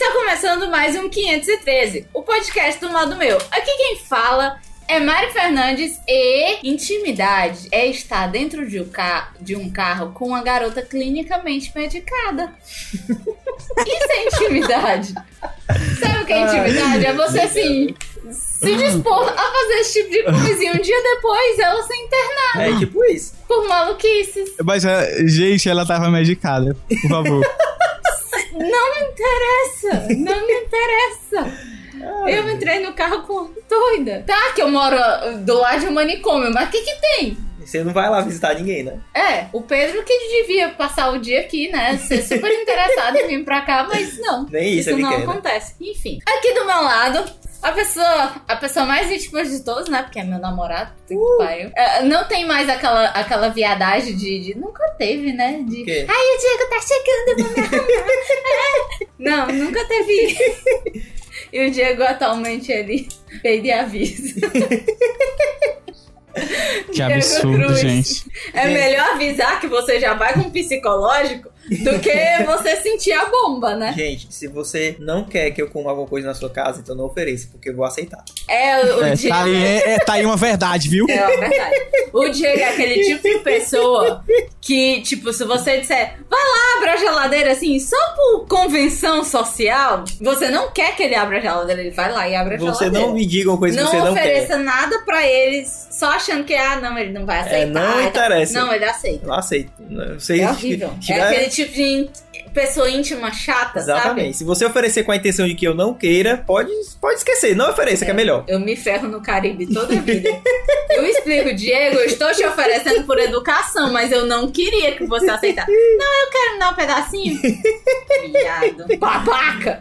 Está começando mais um 513, o podcast do modo meu. Aqui quem fala é Mari Fernandes e intimidade é estar dentro de um carro com uma garota clinicamente medicada. Isso é intimidade. Sabe o que é intimidade? É você, assim, se dispor a fazer esse tipo de coisa e um dia depois ela ser internada. É tipo isso. Por maluquices. Mas, gente, ela tava medicada, por favor. Não me interessa. Não me interessa. Eu entrei no carro com doida. Tá, que eu moro do lado de um manicômio, mas o que tem? Você não vai lá visitar ninguém, né? É, o Pedro que devia passar o dia aqui, né? Ser super interessado em vir pra cá, mas não. Nem isso não quer, acontece. Né? Enfim, aqui do meu lado, a pessoa mais íntima de todos, né? Porque é meu namorado, pai. Não tem mais aquela viadagem de nunca teve, né? De quê? Ai, o Diego tá chegando, eu vou me arrumar. Não, nunca teve. E o Diego atualmente ele pede aviso. Que absurdo, Cruz. gente. É melhor avisar que você já vai com um psicológico do que você sentir a bomba, né? Gente, se você não quer que eu coma alguma coisa na sua casa, então não ofereça, porque eu vou aceitar. O Diego... Tá aí uma verdade, viu? É uma verdade. O Diego é aquele tipo de pessoa que, tipo, se você disser, vai lá, abre a geladeira, assim, só por convenção social, você não quer que ele abra a geladeira, ele vai lá e abre a geladeira. Você não me diga uma coisa que você não quer. Não ofereça nada pra eles, só achando que, não, ele não vai aceitar. Não interessa. Não, ele aceita. Eu aceito. Você É horrível. É aquele tipo de pessoa íntima chata, exatamente. Sabe? Se você oferecer com a intenção de que eu não queira, pode esquecer. Não ofereça, que é melhor. Eu me ferro no Caribe toda a vida. Eu explico, Diego, eu estou te oferecendo por educação, mas eu não queria que você aceitasse. Não, eu quero me dar um pedacinho. Viado. Babaca.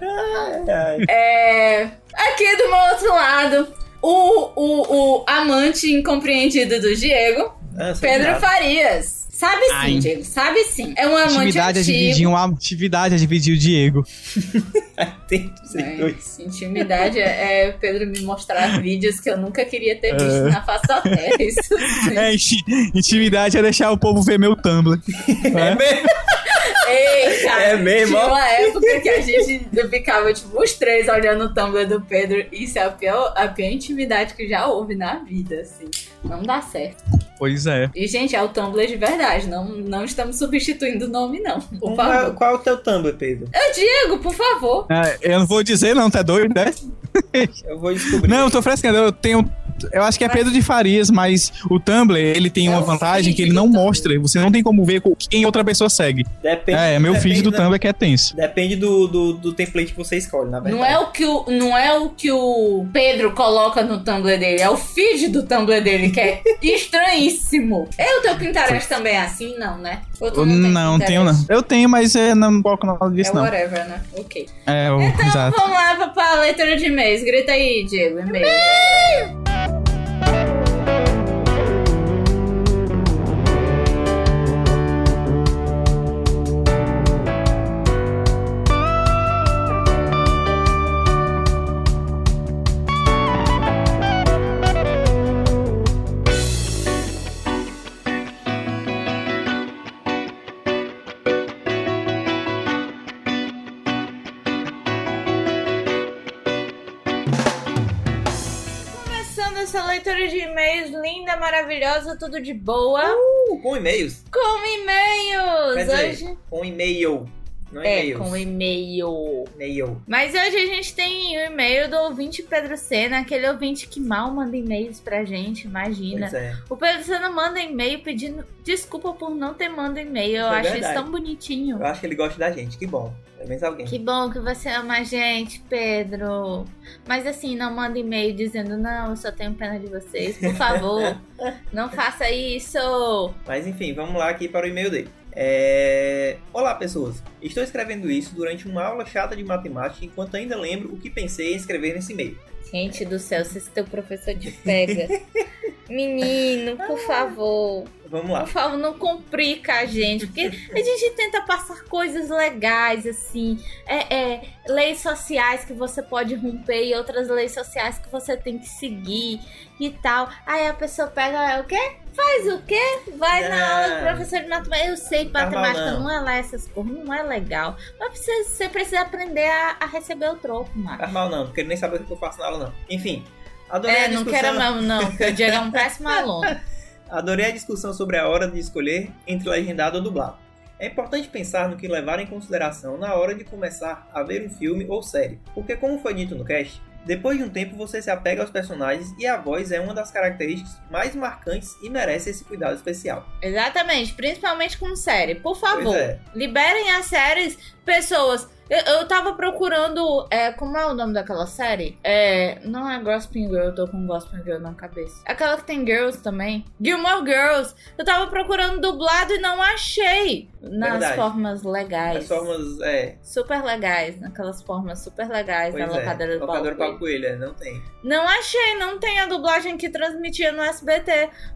Aqui do meu outro lado, o amante incompreendido do Diego, Pedro Farias. Sabe sim, Diego, sabe sim. É um amante antigo. Atividade é dividir o Diego. Tem dois. Intimidade é Pedro me mostrar vídeos que eu nunca queria ter visto na face da terra. Isso sim. Intimidade é deixar o povo ver meu Tumblr. É mesmo? Ei, cara, é mesmo? Tinha uma época que a gente ficava, tipo, os três olhando o Tumblr do Pedro. Isso é a pior intimidade que já houve na vida, assim. Não dá certo. Pois é. E, gente, é o Tumblr de verdade. Não estamos substituindo o nome, não. Por favor. Qual é o teu Tumblr, Pedro? Diego, por favor. Eu não vou dizer, não, tá doido, né? Eu vou descobrir. Não, eu tô frescando. Eu acho que é Pedro de Farias, mas o Tumblr, ele tem uma vantagem que ele não mostra. Você não tem como ver quem outra pessoa segue. Meu feed do Tumblr que é tenso. Depende do template que você escolhe, na verdade. Não é o que o Pedro coloca no Tumblr dele, é o feed do Tumblr dele, que é estranhíssimo. O teu Pinterest também é assim? Não, né? Não, tenho não. Eu tenho, mas não coloco nada disso, não. Whatever, né? Ok. Então, exato. Vamos lá pra leitura de e-mails. Grita aí, Diego, e-mail. Essa leitura de e-mails linda, maravilhosa, tudo de boa. Com e-mails. Com e-mails. Quer dizer, hoje... com e-mail. Não é e-mails. Com e-mail. E-mail. Mas hoje a gente tem o e-mail do ouvinte Pedro Sena, aquele ouvinte que mal manda e-mails pra gente, imagina. Pois é. O Pedro Sena manda e-mail pedindo desculpa por não ter mandado e-mail. Eu acho isso tão bonitinho. Eu acho que ele gosta da gente, que bom. Pelo menos alguém. Que bom que você ama a gente, Pedro. Mas assim, não manda e-mail dizendo, não, eu só tenho pena de vocês. Por favor, não faça isso. Mas enfim, vamos lá aqui para o e-mail dele. Olá, pessoas. Estou escrevendo isso durante uma aula chata de matemática, enquanto ainda lembro o que pensei em escrever nesse e-mail. Gente do céu, se esse teu professor te pega. Menino, por favor. Vamos lá. Por favor, não complica a gente. Porque a gente tenta passar coisas legais, assim. leis sociais que você pode romper e outras leis sociais que você tem que seguir e tal. Aí a pessoa pega o quê? Faz o quê? Vai na aula do professor de matemática. Eu sei, matemática não é lá essas coisas, não é legal. Mas você precisa aprender a receber o troco, Marcos. Faz mal não, porque ele nem sabe o que eu faço na aula, não. Enfim, adorei a discussão. Não quero mesmo, não, porque o Diego é um péssimo aluno. Adorei a discussão sobre a hora de escolher entre legendado ou dublado. É importante pensar no que levar em consideração na hora de começar a ver um filme ou série, porque como foi dito no cast, depois de um tempo você se apega aos personagens e a voz é uma das características mais marcantes e merece esse cuidado especial. Exatamente, principalmente com série. Por favor, liberem as séries, pessoas. Eu tava procurando. Como é o nome daquela série? Não é Gossip Girl, eu tô com Gossip Girl na cabeça. Aquela que tem Girls também. Gilmore Girls. Eu tava procurando dublado e não achei. Nas formas legais. As formas, super legais. Naquelas formas super legais da locadora do Paulo Coelho, não tem. Não achei, não tem a dublagem que transmitia no SBT.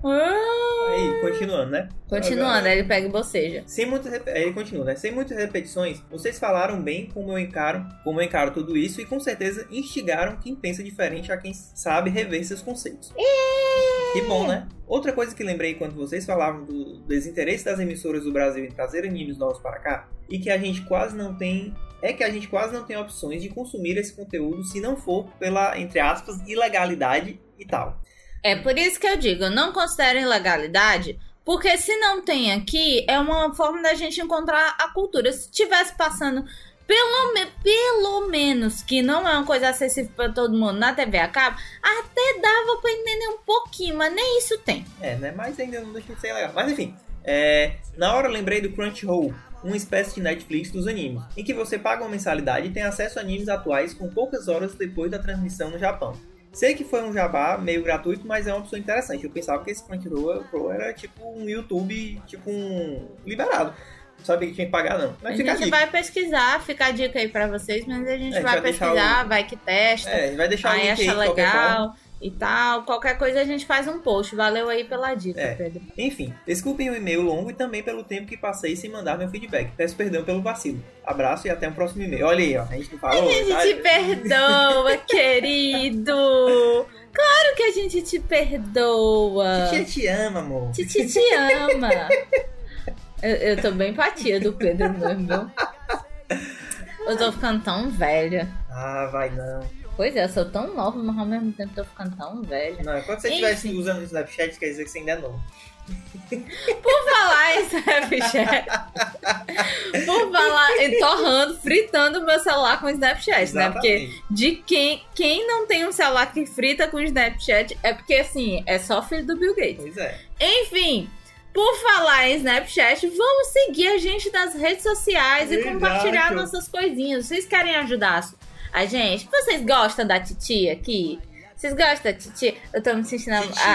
Aí, continuando, né? Continuando, aí ele pega e boceja. Ele continua, né? Sem muitas repetições, vocês falaram bem como eu encaro tudo isso e com certeza instigaram quem pensa diferente a quem sabe rever seus conceitos. Que bom, né? Outra coisa que lembrei quando vocês falavam do desinteresse das emissoras do Brasil em trazer animes novos para cá e que a gente quase não tem opções de consumir esse conteúdo se não for pela, entre aspas, ilegalidade e tal. É por isso que eu digo, não considero ilegalidade. Porque se não tem aqui, é uma forma da gente encontrar a cultura. Se tivesse passando, pelo menos, que não é uma coisa acessível para todo mundo na TV a cabo, até dava para entender um pouquinho, mas nem isso tem. Né? Mas ainda não deixa de ser legal. Mas enfim, na hora eu lembrei do Crunchyroll, uma espécie de Netflix dos animes, em que você paga uma mensalidade e tem acesso a animes atuais com poucas horas depois da transmissão no Japão. Sei que foi um jabá meio gratuito, mas é uma opção interessante. Eu pensava que esse Crunchyroll era tipo um YouTube, tipo um liberado. Não sabia que tinha que pagar, não. Mas a gente vai pesquisar, fica a dica aí pra vocês, mas a gente vai pesquisar, vai que testa. Vai deixar o link acha aí, legal e tal. Qualquer coisa a gente faz um post. Valeu aí pela dica, Pedro. Enfim, desculpem o e-mail longo e também pelo tempo que passei sem mandar meu feedback. Peço perdão pelo vacilo. Abraço e até o próximo e-mail. Olha aí, ó. A gente não falou. A gente te perdoa, querido. Claro que a gente te perdoa. Titia te ama, amor. Titia te ama. Eu tô bem empatia do Pedro mesmo. Eu tô ficando tão velha. Vai não. Pois é, eu sou tão nova, mas ao mesmo tempo tô ficando tão velha. Não, quando você estiver usando o Snapchat, quer dizer que você ainda é novo. Por falar em Snapchat, por falar em torrando, fritando o meu celular com Snapchat, exatamente, né? Porque de quem não tem um celular que frita com Snapchat é porque, assim, é só filho do Bill Gates. Pois é. Enfim, por falar em Snapchat, vamos seguir a gente nas redes sociais e compartilhar nossas coisinhas. Vocês querem ajudar a gente? Vocês gostam da titia aqui? Vocês gostam da titia? Eu tô me sentindo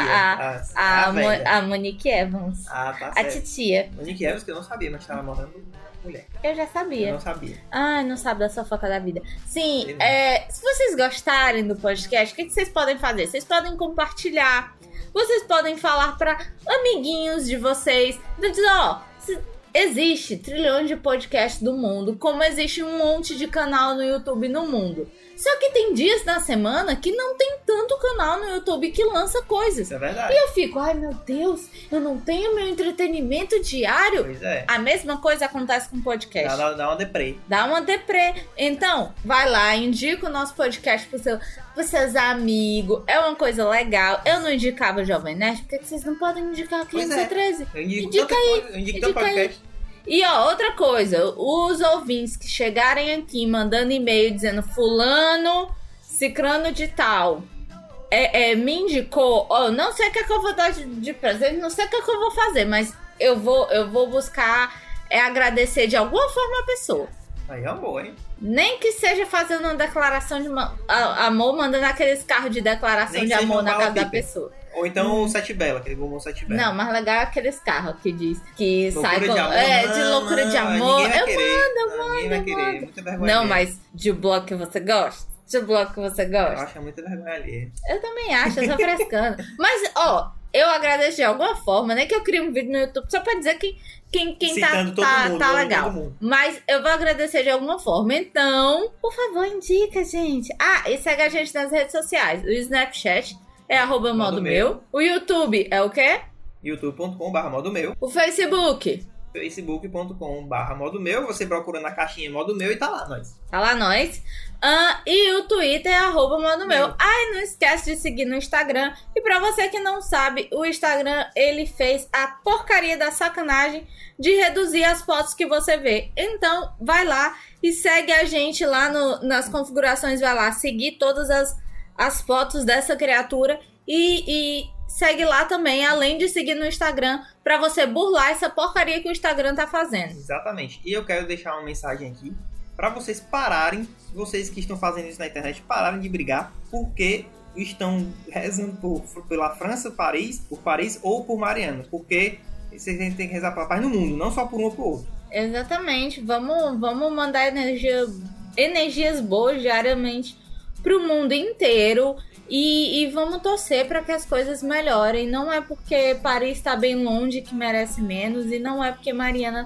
a Monique Evans. Tá certo. A titia. Monique Evans, que eu não sabia, mas tava morando mulher. Eu já sabia. Eu não sabia. Não sabe da fofoca da vida. Sim, se vocês gostarem do podcast, o que vocês podem fazer? Vocês podem compartilhar. Vocês podem falar pra amiguinhos de vocês. Então, dizer, existe trilhões de podcasts do mundo, como existe um monte de canal no YouTube no mundo. Só que tem dias na semana que não tem tanto canal no YouTube que lança coisas. Isso é verdade. E eu fico, ai meu Deus, eu não tenho meu entretenimento diário. Pois é. A mesma coisa acontece com podcast. Dá uma deprê. Dá uma deprê. Então, vai lá, indica o nosso podcast pros seus amigos. É uma coisa legal. Eu não indicava Jovem Nerd, porque vocês não podem indicar a 513. Indica aí. Indica podcast. E outra coisa, os ouvintes que chegarem aqui mandando e-mail dizendo fulano, cicrano de tal, me indicou, não sei o que eu vou dar de presente, não sei o que eu vou fazer, mas eu vou buscar agradecer de alguma forma a pessoa. Aí é uma boa, hein? Nem que seja fazendo uma declaração de amor, mandando aqueles carros de declaração nem de amor na casa da pessoa. Ou então o Sete Bela, aquele bombom Sete Bela. Não, mas legal é aqueles carros que diz que loucura sai de amor, de loucura de amor. Ninguém vai querer. Muita vergonha. Não, mas de bloco que você gosta? De bloco que você gosta? Eu acho muita vergonha ali. Eu também acho, eu tô frescando. Mas, eu agradeço de alguma forma, né? Que eu criei um vídeo no YouTube só pra dizer que quem tá legal. Mas eu vou agradecer de alguma forma. Então, por favor, indica, gente. E segue a gente nas redes sociais. O Snapchat é @modomeu. O YouTube é o quê? youtube.com/modomeu. O Facebook? facebook.com/modomeu. Você procura na caixinha modomeu e tá lá nós. Tá lá nós. E o Twitter é @modomeu. Não esquece de seguir no Instagram. E pra você que não sabe, o Instagram, ele fez a porcaria da sacanagem de reduzir as fotos que você vê. Então, vai lá e segue a gente lá nas configurações. Vai lá seguir todas as fotos dessa criatura. E segue lá também, além de seguir no Instagram, pra você burlar essa porcaria que o Instagram tá fazendo. Exatamente. E eu quero deixar uma mensagem aqui pra vocês pararem, vocês que estão fazendo isso na internet, pararem de brigar, porque estão rezando pela França, por Paris ou por Mariana. Porque vocês têm que rezar pela paz no mundo, não só por um ou por outro. Exatamente. Vamos mandar energias boas diariamente pro mundo inteiro. E vamos torcer para que as coisas melhorem. Não é porque Paris está bem longe que merece menos. E não é porque Mariana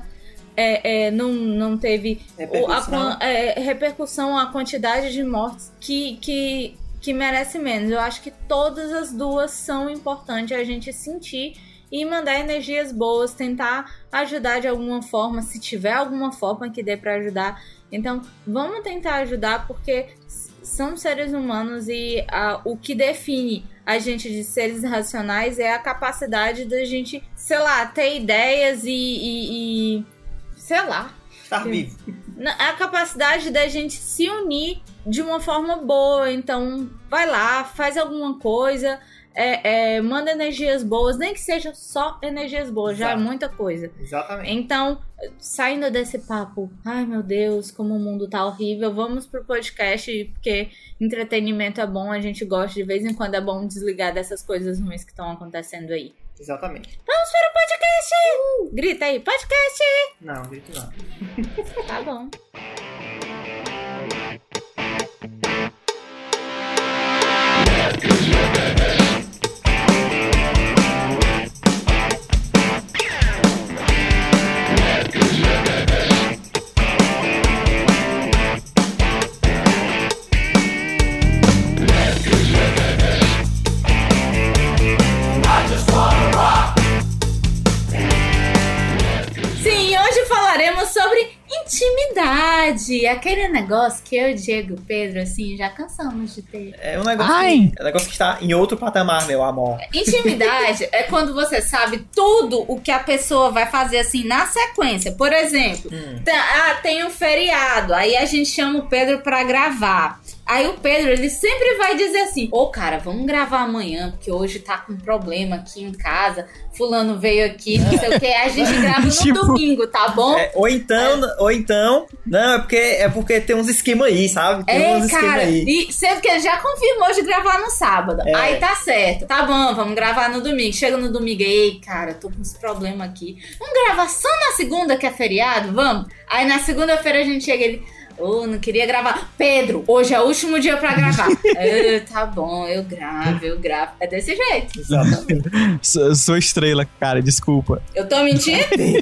não teve repercussão, a quantidade de mortes que merece menos. Eu acho que todas as duas são importantes a gente sentir e mandar energias boas, tentar ajudar de alguma forma, se tiver alguma forma que dê para ajudar. Então vamos tentar ajudar, porque são seres humanos e o que define a gente de seres racionais é a capacidade da gente, sei lá, ter ideias e sei lá. Estar vivo. A capacidade da gente se unir de uma forma boa. Então, vai lá, faz alguma coisa, manda energias boas, nem que seja só energias boas. Exato. Já é muita coisa. Exatamente. Então, saindo desse papo, ai meu Deus, como o mundo tá horrível, vamos pro podcast, porque entretenimento é bom, a gente gosta, de vez em quando é bom desligar dessas coisas ruins que estão acontecendo aí. Exatamente. Vamos para o podcast! Grita aí, podcast! Não, grito não. Tá bom. Sobre intimidade, aquele negócio que eu, Diego e Pedro, assim, já cansamos de ter. É um negócio, é um negócio que está em outro patamar, meu amor. Intimidade é quando você sabe tudo o que a pessoa vai fazer, assim, na sequência. Por exemplo, tem um feriado, aí a gente chama o Pedro pra gravar. Aí o Pedro, ele sempre vai dizer assim, cara, vamos gravar amanhã, porque hoje tá com um problema aqui em casa, fulano veio aqui, não sei o que, a gente grava no domingo, tá bom? Ou então, não, é porque tem uns esquemas aí, sabe? Tem uns esquemas aí. E sendo que ele já confirmou de gravar no sábado, aí tá certo, tá bom, vamos gravar no domingo, chega no domingo, ei, cara, tô com esse problema aqui, vamos gravar só na segunda que é feriado, vamos? Aí na segunda-feira a gente chega e ele... não queria gravar. Pedro, hoje é o último dia pra gravar. Tá bom, eu gravo. É desse jeito. Exatamente. Sou estrela, cara, desculpa. Eu tô mentindo?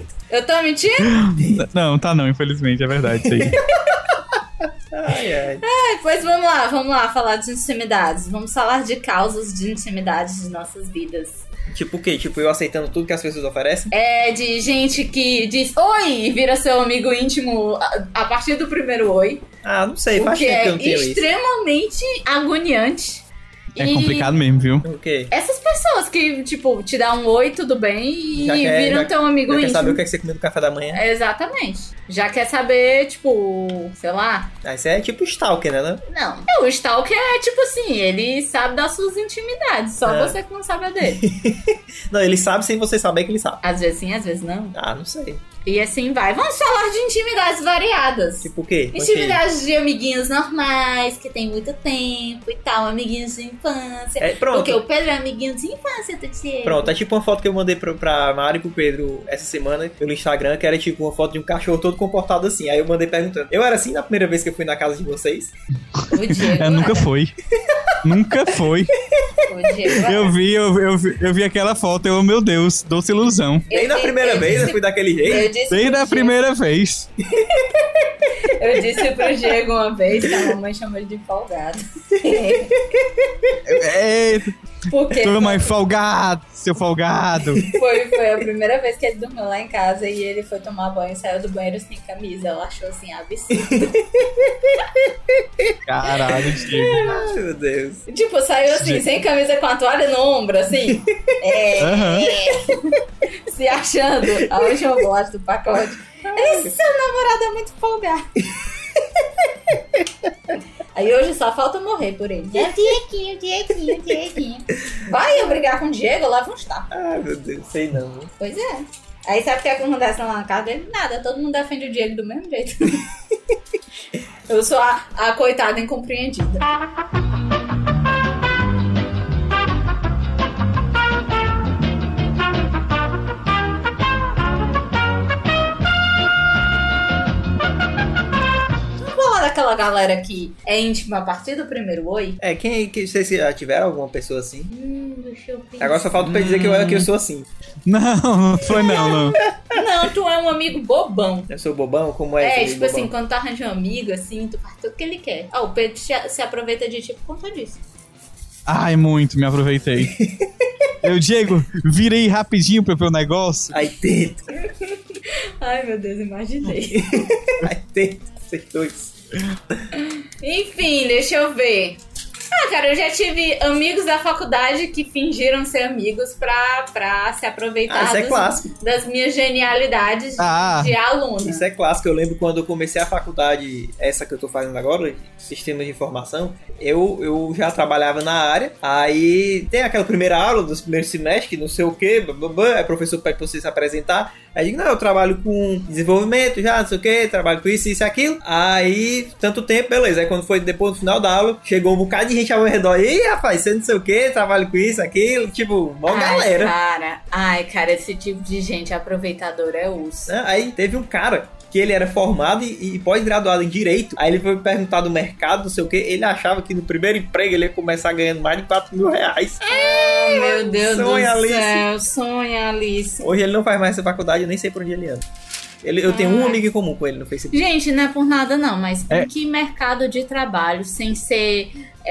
Não, tá não, infelizmente, é verdade isso aí. Ai, pois vamos lá falar de intimidades. Vamos falar de causas de intimidades de nossas vidas. Tipo o quê? Tipo eu aceitando tudo que as pessoas oferecem? De gente que diz oi e vira seu amigo íntimo a partir do primeiro oi. Não sei, faz tempo que eu não tenho isso. É extremamente agoniante. É complicado mesmo, viu? O quê? Essas pessoas que, tipo, te dão um oi, tudo bem, e viram teu amigo íntimo. Já quer saber o que você comeu no café da manhã. Exatamente. Já quer saber, tipo, sei lá. Isso é tipo stalker, né? Não. O stalker é tipo assim, ele sabe das suas intimidades, só você que não sabe a dele. Não, ele sabe sem você saber que ele sabe. Às vezes sim, às vezes não. Não sei. E assim vai. Vamos falar de intimidades variadas. Tipo o quê? Intimidades de amiguinhos normais, que tem muito tempo e tal. Amiguinhos de infância. Pronto. Porque o Pedro é amiguinho de infância, tu te... Pronto, é tipo uma foto que eu mandei pra Mari e pro Pedro essa semana pelo Instagram, que era tipo uma foto de um cachorro todo comportado assim. Aí eu mandei perguntando, eu era assim na primeira vez que eu fui na casa de vocês? O Diego, nunca foi. Nunca foi. Eu vi aquela foto, meu Deus, doce ilusão. Nem na primeira vez eu fui daquele jeito? Desde a primeira vez. Eu disse pro Diego uma vez que a mamãe chamou ele de folgado. Porque tua mãe, folgado, seu folgado. Foi a primeira vez que ele dormiu lá em casa e ele foi tomar banho e saiu do banheiro sem camisa. Ela achou assim, absurdo. Caralho, Diego. Ai, meu Deus. Tipo, saiu assim, sem camisa, com a toalha no ombro, assim. Se achando a última bolacha do pacote. Esse seu namorado é muito folgado. Aí hoje só falta morrer por ele. É o Dieguinho. Vai eu brigar com o Diego, eu levo uns tapas. Ai, meu Deus, sei não. Pois é. Aí sabe o que acontece lá na casa dele? Nada, todo mundo defende o Diego do mesmo jeito. Eu sou a coitada incompreendida. Daquela galera que é íntima a partir do primeiro oi. Vocês já tiveram alguma pessoa assim? Deixa eu pensar. Agora só falta pra dizer que eu sou assim. Não foi não. Não, tu é um amigo bobão. Eu sou bobão? Como é? Tipo assim, quando tu arranja um amigo, assim, tu faz tudo que ele quer. O Pedro se aproveita de ti por conta disso. Ai, muito, me aproveitei. Diego, virei rapidinho pra ver o negócio. Aí tento. Ai, meu Deus, imaginei. Aí tento, vocês dois. Enfim, deixa eu ver. Cara, eu já tive amigos da faculdade que fingiram ser amigos pra se aproveitar das minhas genialidades de aluno. Isso é clássico. Eu lembro quando eu comecei a faculdade, essa que eu tô fazendo agora, Sistemas de Informação, eu já trabalhava na área. Aí tem aquela primeira aula dos primeiros semestres, que não sei o que, aí o professor pede pra você se apresentar. Aí eu digo, não, eu trabalho com desenvolvimento já, não sei o que, trabalho com isso e aquilo. Aí, tanto tempo, beleza. Aí quando foi depois do final da aula, chegou um bocado de gente ao meu redor. E aí, rapaz, você não sei o que, trabalho com isso, aquilo. Tipo, mó galera. Cara, esse tipo de gente aproveitadora é osso. Aí teve um cara que ele era formado e pós-graduado em Direito. Aí ele foi perguntar do mercado, não sei o que. Ele achava que no primeiro emprego ele ia começar ganhando mais de 4 mil reais. Meu Deus do céu, sonha, Alice. Hoje ele não faz mais essa faculdade, eu nem sei por onde ele anda. Eu tenho um amigo em comum com ele no Facebook. Gente, não é por nada não, mas em que mercado de trabalho, sem ser...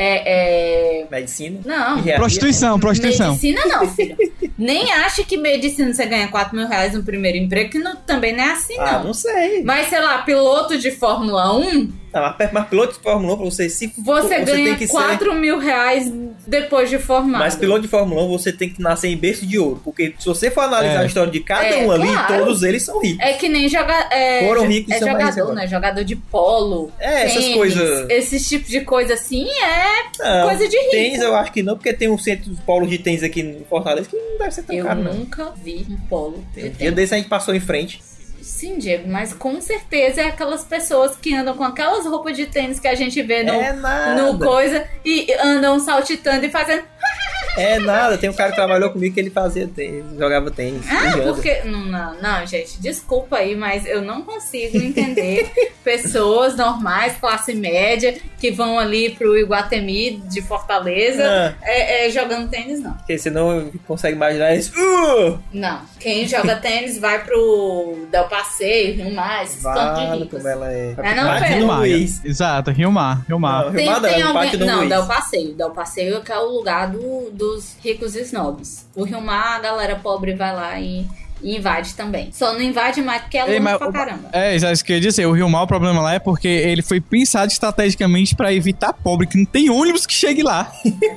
Medicina? Não. Prostituição. Medicina não, filho. Nem acha que medicina você ganha 4 mil reais no primeiro emprego, que também não é assim, não. Não sei. Mas, sei lá, piloto de Fórmula 1... Mas piloto de Fórmula 1, pra você ganha tem que 4 mil reais depois de formado. Mas piloto de Fórmula 1, você tem que nascer em berço de ouro. Porque se você for analisar a história de cada um ali, todos eles são ricos. É que nem foram ricos e são mais jogador, né? Jogador de polo. Tênis, essas coisas. Esses tipos de coisa assim coisa de rico. Tênis eu acho que não, porque tem um centro de polo de tênis aqui em Fortaleza que não deve ser tão caro, não. Eu nunca vi um polo de tênis. Um dia desse a gente passou em frente. Sim, Diego, mas com certeza é aquelas pessoas que andam com aquelas roupas de tênis que a gente vê no coisa e andam saltitando e fazendo... É nada, tem um cara que trabalhou comigo que ele fazia tênis, jogava tênis. Porque... Não, gente, desculpa aí, mas eu não consigo entender pessoas normais, classe média, que vão ali pro Iguatemi de Fortaleza jogando tênis, não. Porque você não consegue imaginar isso. Não, quem joga tênis vai pro Del Passeio, Rio Mar, esses cantos de ricos. Como ela é. Rio Mar, exato, Rio Mar. Não, Rio Mar não, Del Passeio. Del Passeio que é o lugar dos ricos e snobs. O Rio Mar, a galera pobre vai lá e invade também. Só não invade mais porque é longe pra caramba. Isso que eu ia dizer. O Rio Mar, o problema lá é porque ele foi pensado estrategicamente pra evitar pobre, que não tem ônibus que chegue lá.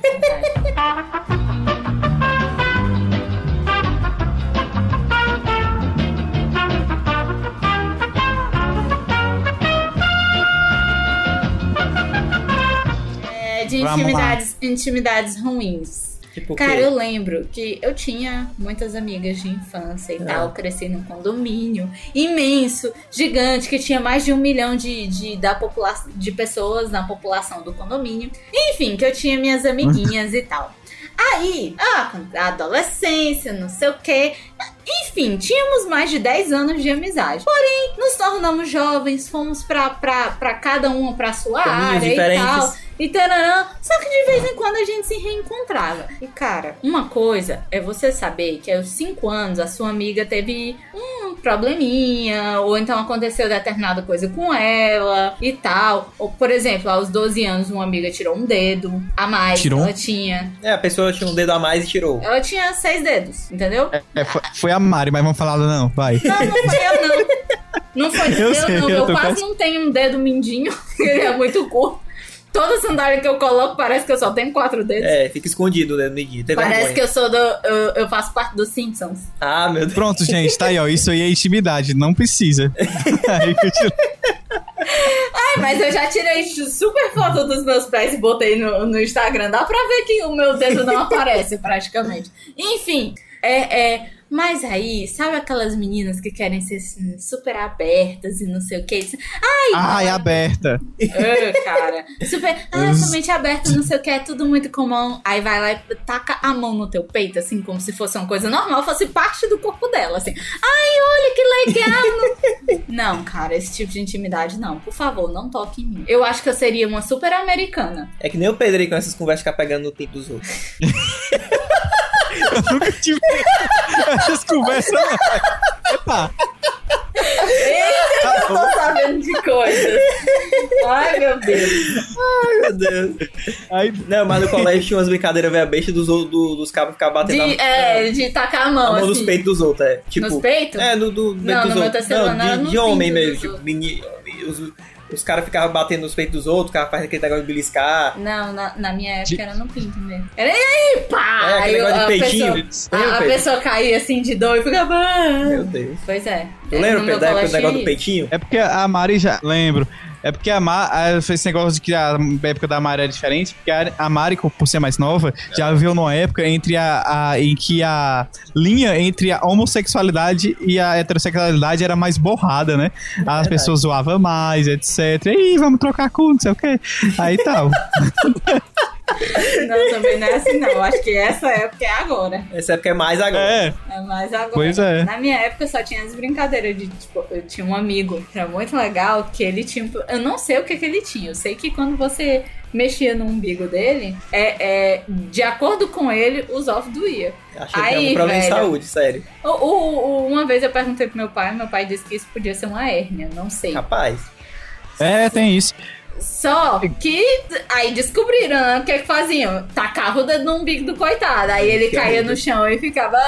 De intimidades ruins. Tipo cara, eu lembro que eu tinha muitas amigas de infância e tal. Cresci num condomínio imenso, gigante, que tinha mais de 1 milhão de pessoas na população do condomínio. Enfim, que eu tinha minhas amiguinhas e tal. Aí, a adolescência, não sei o quê. Enfim, tínhamos mais de 10 anos de amizade. Porém, nos tornamos jovens, fomos pra cada uma pra sua área e tal. e taranã. Só que de vez em quando a gente se reencontrava. E cara, uma coisa é você saber que aos 5 anos a sua amiga teve um probleminha, ou então aconteceu determinada coisa com ela e tal. Ou, por exemplo, aos 12 anos uma amiga tirou um dedo a mais. Tirou? Ela tinha. A pessoa tinha um dedo a mais e tirou. Ela tinha 6 dedos, entendeu? Foi a Mari, mas vamos falar não, vai. Não foi eu não. Não foi Eu eu sei, não. eu Eu tô quase não tenho um dedo mindinho, ele é muito curto. Toda sandália que eu coloco parece que eu só tenho 4 dedos. Fica escondido o dedo mindinho. Parece que eu sou eu faço parte dos Simpsons. Ah, meu Deus. Pronto, gente, tá aí, ó. Isso aí é intimidade, não precisa. Aí continua. Ai, mas eu já tirei super foto dos meus pés e botei no Instagram. Dá pra ver que o meu dedo não aparece praticamente. Enfim, mas aí, sabe aquelas meninas que querem ser assim, super abertas e não sei o que? Ai, aberta. Cara, somente aberta, não sei o que, é tudo muito comum. Aí vai lá e taca a mão no teu peito, assim, como se fosse uma coisa normal, fosse parte do corpo dela, assim. Ai, olha que legal! Não, cara, esse tipo de intimidade não. Por favor, não toque em mim. Eu acho que eu seria uma super americana. É que nem o Pedro aí com essas conversas ficar pegando no pinto dos outros. Eu nunca tive essas conversas, não. Epa! Eita, eu tô sabendo de coisas. Ai, meu Deus. Ai, meu Deus. Não, mas no colégio tinha umas brincadeiras velha besta dos cabos ficar batendo de tacar a mão, assim. Dos peitos dos outros, Tipo, nos peitos? No no dos meu outros. terceiro ano, De homem mesmo. Tipo, os caras ficavam batendo nos peitos dos outros, o cara faz aquele negócio de beliscar. Não, na minha época era no pinto mesmo. Era aí, pá! Aquele negócio de peitinho. A pessoa caía assim de dor e ficava... Meu Deus. Pois é. Tu lembra da época do negócio do peitinho? É porque a Mari já... Lembro. É porque a Mari fez esse negócio de que a época da Mari é diferente, porque a Mari, por ser mais nova, já viveu numa época em que a linha entre a homossexualidade e a heterossexualidade era mais borrada, né? As pessoas zoavam mais, etc. Ih, vamos trocar cu, não sei o quê. Aí tal. Não, também não é assim, não. Eu acho que essa época é agora. Essa época é mais agora. É mais agora. Pois é. Na minha época só tinha as brincadeiras de, tipo, eu tinha um amigo que era muito legal, que ele tinha... Eu não sei o que ele tinha. Eu sei que quando você mexia no umbigo dele, de acordo com ele, os ovos doía. Achei que era um problema de saúde, sério. Uma vez eu perguntei pro meu pai disse que isso podia ser uma hérnia, não sei. Capaz. Tem isso. Só que aí descobriram, né, o que faziam? Tacavam o dedo no umbigo do coitado. Aí ele caía no chão e ficava...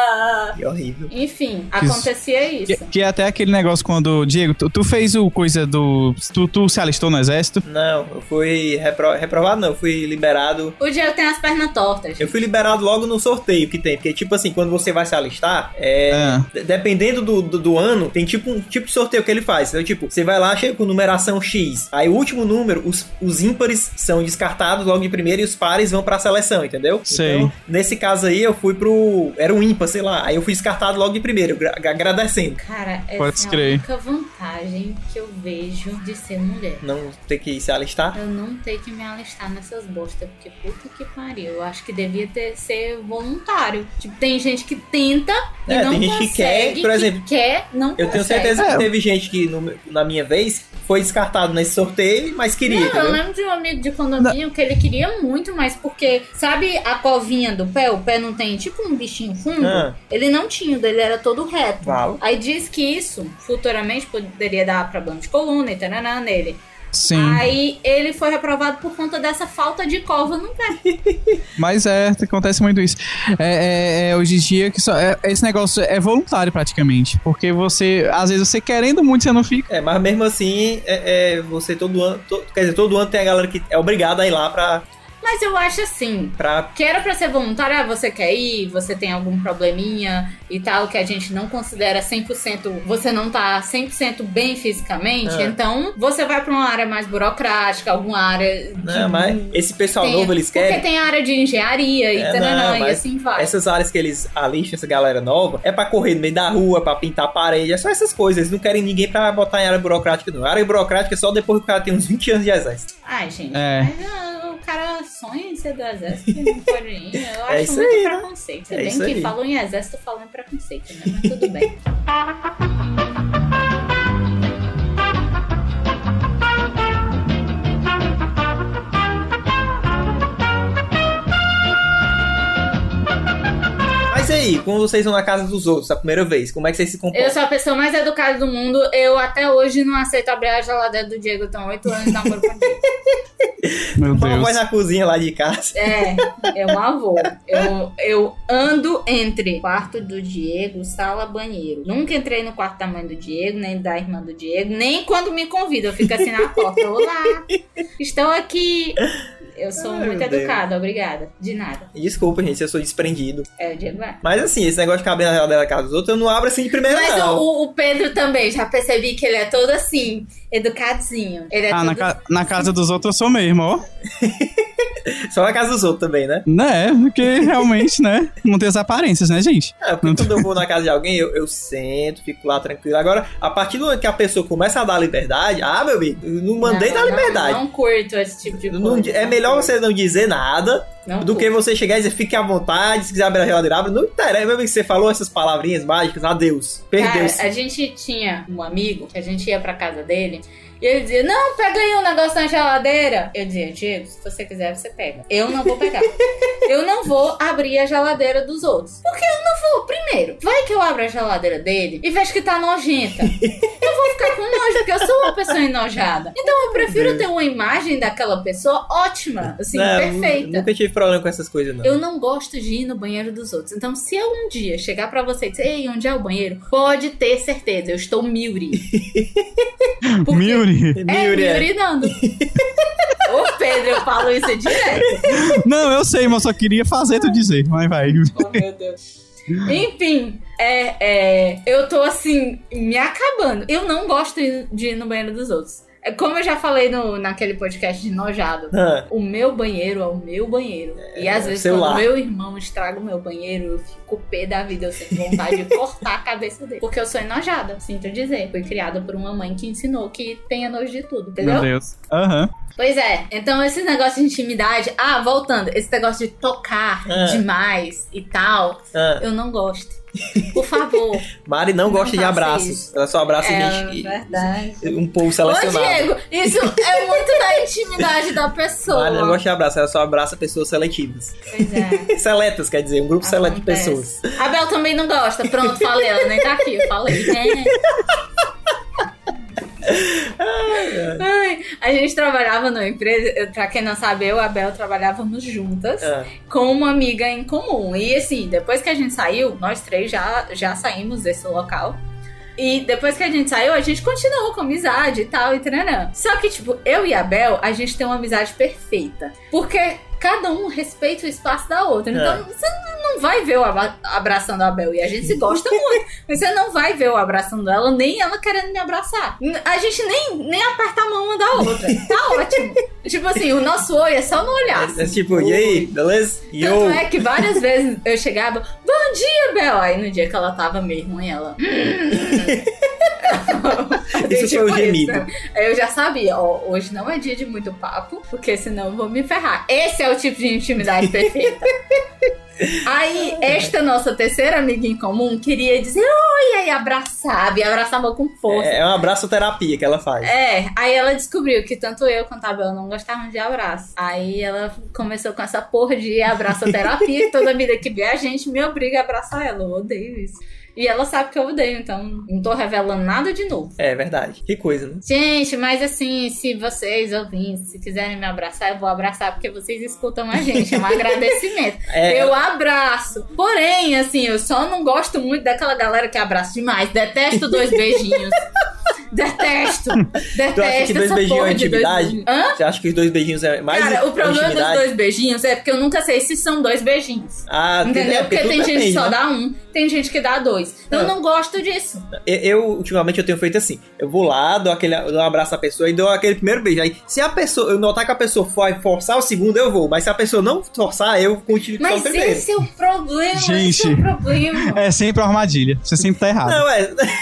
Que horrível. Enfim, acontecia isso. Que é até aquele negócio quando... Diego, tu fez o coisa do... Tu se alistou no exército? Não, eu fui reprovado, não. Eu fui liberado... O Diego tem as pernas tortas. Gente. Eu fui liberado logo no sorteio que tem. Porque, tipo assim, quando você vai se alistar, dependendo do ano, tem tipo um tipo de sorteio que ele faz. Então, tipo, você vai lá, chega com numeração X. Aí o último número, os ímpares são descartados logo de primeiro e os pares vão pra seleção, entendeu? Sei. Então, nesse caso aí, eu fui era um ímpar, sei lá. Aí eu fui descartado logo de primeiro, agradecendo. Cara, essa é a única vantagem que eu vejo de ser mulher. Não ter que se alistar? Eu não ter que me alistar nessas bostas, porque puta que pariu. Eu acho que devia ser voluntário. Tipo, tem gente que tenta e não tem gente consegue, que quer, por exemplo. Eu tenho certeza que teve gente que, na minha vez, foi descartado nesse sorteio, mas queria, entendeu? Eu lembro de um amigo de condomínio que ele queria muito, mas porque, sabe a covinha do pé? O pé não tem tipo um bichinho fundo? Ele não tinha, o dele era todo reto. Uau. Aí diz que isso, futuramente, poderia dar problema de coluna e taranã nele. Sim. Aí ele foi reprovado por conta dessa falta de cova no pé. Mas acontece muito isso. Hoje em dia que esse negócio é voluntário praticamente. Porque às vezes você querendo muito, você não fica. Mas mesmo assim, você todo ano. Quer dizer, todo ano tem a galera que é obrigada a ir lá pra. Mas eu acho assim, que era pra ser voluntário, você quer ir, você tem algum probleminha e tal, que a gente não considera 100%, você não tá 100% bem fisicamente, então você vai pra uma área mais burocrática, alguma área... mas esse pessoal novo, eles querem... Porque tem área de engenharia e e assim vai. Essas áreas que eles alistam, essa galera nova, é pra correr no meio da rua, pra pintar a parede, é só essas coisas, eles não querem ninguém pra botar em área burocrática, não. A área burocrática é só depois que o cara tem uns 20 anos de exército. Ai, gente, mas o cara sonha em ser do exército e não pode ir. Eu acho muito aí, preconceito. Se bem que falou em exército, falou em preconceito, né? Mas tudo bem. aí, quando vocês vão na casa dos outros a primeira vez, como é que vocês se comportam? Eu sou a pessoa mais educada do mundo. Eu até hoje não aceito abrir a geladeira do Diego. Estão 8 anos de namoro com o Diego. Meu Uma voz Deus. na cozinha lá de casa. É um avô. Eu ando entre quarto do Diego, sala, banheiro. Nunca entrei no quarto da mãe do Diego, nem da irmã do Diego, nem quando me convida. Eu fico assim na porta. Olá, estou aqui. Eu sou Ai, muito meu Deus. educada, obrigada. De nada. Desculpa, gente, se eu sou desprendido. O Diego é. Mas assim, esse negócio de abrir na geladeira da casa dos outros, eu não abro assim de primeira, Mas não. o Pedro também, já percebi que ele é todo assim, educadinho. Ele é todo... Na casa dos outros eu sou mesmo, ó. Só na casa dos outros também, né? Né? Porque realmente, né? Não tem as aparências, né, gente? É, porque quando eu vou na casa de alguém, eu sento, fico lá tranquilo. Agora, a partir do momento que a pessoa começa a dar liberdade, meu amigo, eu não mandei dar liberdade. Não curto esse tipo de coisa. É melhor você não dizer nada Não do que você chegar e dizer, fique à vontade, se quiser abrir a geladeira, abre. Não interessa, meu amigo, você falou essas palavrinhas mágicas, adeus. Perdeu-se. Cara, a gente tinha um amigo que a gente ia pra casa dele e ele dizia, não, pega aí um negócio na geladeira. Eu dizia, Diego, se você quiser, você pega. Eu não vou pegar. Eu não vou abrir a geladeira dos outros. Porque eu não vou. Primeiro, vai que eu abro a geladeira dele e vejo que tá nojenta. Eu vou ficar com nojo, porque eu sou uma pessoa enojada. Então eu prefiro ter uma imagem daquela pessoa ótima, assim, Não, perfeita. Nunca tive problema com essas coisas, não. Eu não gosto de ir no banheiro dos outros. Então, se eu um dia chegar pra você e dizer, ei, onde é o banheiro? Pode ter certeza, eu estou Miuri. Miuri. Miuri Nando. Ô, Pedro, eu falo isso direto. Não, eu sei, mas eu só queria fazer tu dizer. Mas vai. Oh, meu Deus. Enfim, eu tô assim, me acabando. Eu não gosto de ir no banheiro dos outros. Como eu já falei naquele podcast de nojado, o meu banheiro é o meu banheiro. E às vezes, quando meu irmão estraga o meu banheiro, eu fico pé da vida. Eu sinto vontade de cortar a cabeça dele. Porque eu sou enojada, sinto dizer. Fui criada por uma mãe que ensinou que tenha nojo de tudo, entendeu? Meu Deus. Aham. Pois é, então esse negócio de intimidade... voltando, esse negócio de tocar demais e tal, eu não gosto. Por favor. Mari não gosta de abraços. Isso. Ela só abraça gente. Verdade. Um povo selecionado. Ô, Diego, isso é muito da intimidade da pessoa. Mari não gosta de abraço, ela só abraça pessoas seletivas. Pois é. Seletas, quer dizer, um grupo seleto de pessoas. A Bel também não gosta. Pronto, falei, ela nem tá aqui, eu falei. Ai, a gente trabalhava numa empresa, pra quem não sabe, eu e a Bel trabalhávamos juntas com uma amiga em comum. E assim, depois que a gente saiu, nós três já saímos desse local. E depois que a gente saiu, a gente continuou com amizade e tal, e treinando. Só que, tipo, eu e a Bel, a gente tem uma amizade perfeita. Porque cada um respeita o espaço da outra. Então, você não vai ver o abraçando a Bel. E a gente se gosta muito. Mas você não vai ver o abraçando ela, nem ela querendo me abraçar. A gente nem aperta a mão uma da outra. Tá ótimo. Tipo assim, o nosso oi é só no olhar. É tipo, e aí, beleza? Tanto é que várias vezes eu chegava, bom dia, Bel. Aí no dia que ela tava meio ruim, ela... Isso foi o gemido. Aí eu já sabia, hoje não é dia de muito papo, porque senão eu vou me ferrar. Esse é o tipo de intimidade perfeita. Aí, esta nossa terceira amiga em comum queria dizer oi, aí abraçava, e abraçava com força. É uma abraçoterapia que ela faz. Aí ela descobriu que tanto eu quanto a Bel não gostavam de abraço. Aí ela começou com essa porra de abraçoterapia, que toda vida que vê a gente me obriga a abraçar ela. Eu odeio isso. E ela sabe que eu odeio, então não tô revelando nada de novo. É verdade. Que coisa, né? Gente, mas assim, se vocês ouvintes, se quiserem me abraçar, eu vou abraçar porque vocês escutam a gente. É um agradecimento. Eu abraço. Porém, assim, eu só não gosto muito daquela galera que abraça demais. Detesto 2 beijinhos. Detesto. Tu acha que 2 beijinhos é intimidade? Hã? Você acha que os 2 beijinhos é mais Cara, o problema dos intimidade? 2 beijinhos é porque eu nunca sei se são 2 beijinhos. Entendeu? Porque tem gente que só dá um, tem gente que dá 2. Eu não gosto disso. Ultimamente, eu tenho feito assim. Eu vou lá, dou um abraço à pessoa e dou aquele primeiro beijo. Aí, se a pessoa, eu notar que a pessoa vai forçar o segundo, eu vou. Mas se a pessoa não forçar, eu continuo com o primeiro. Mas esse é o problema, Gente, esse é o problema. É sempre uma armadilha. Você sempre tá errado. Não,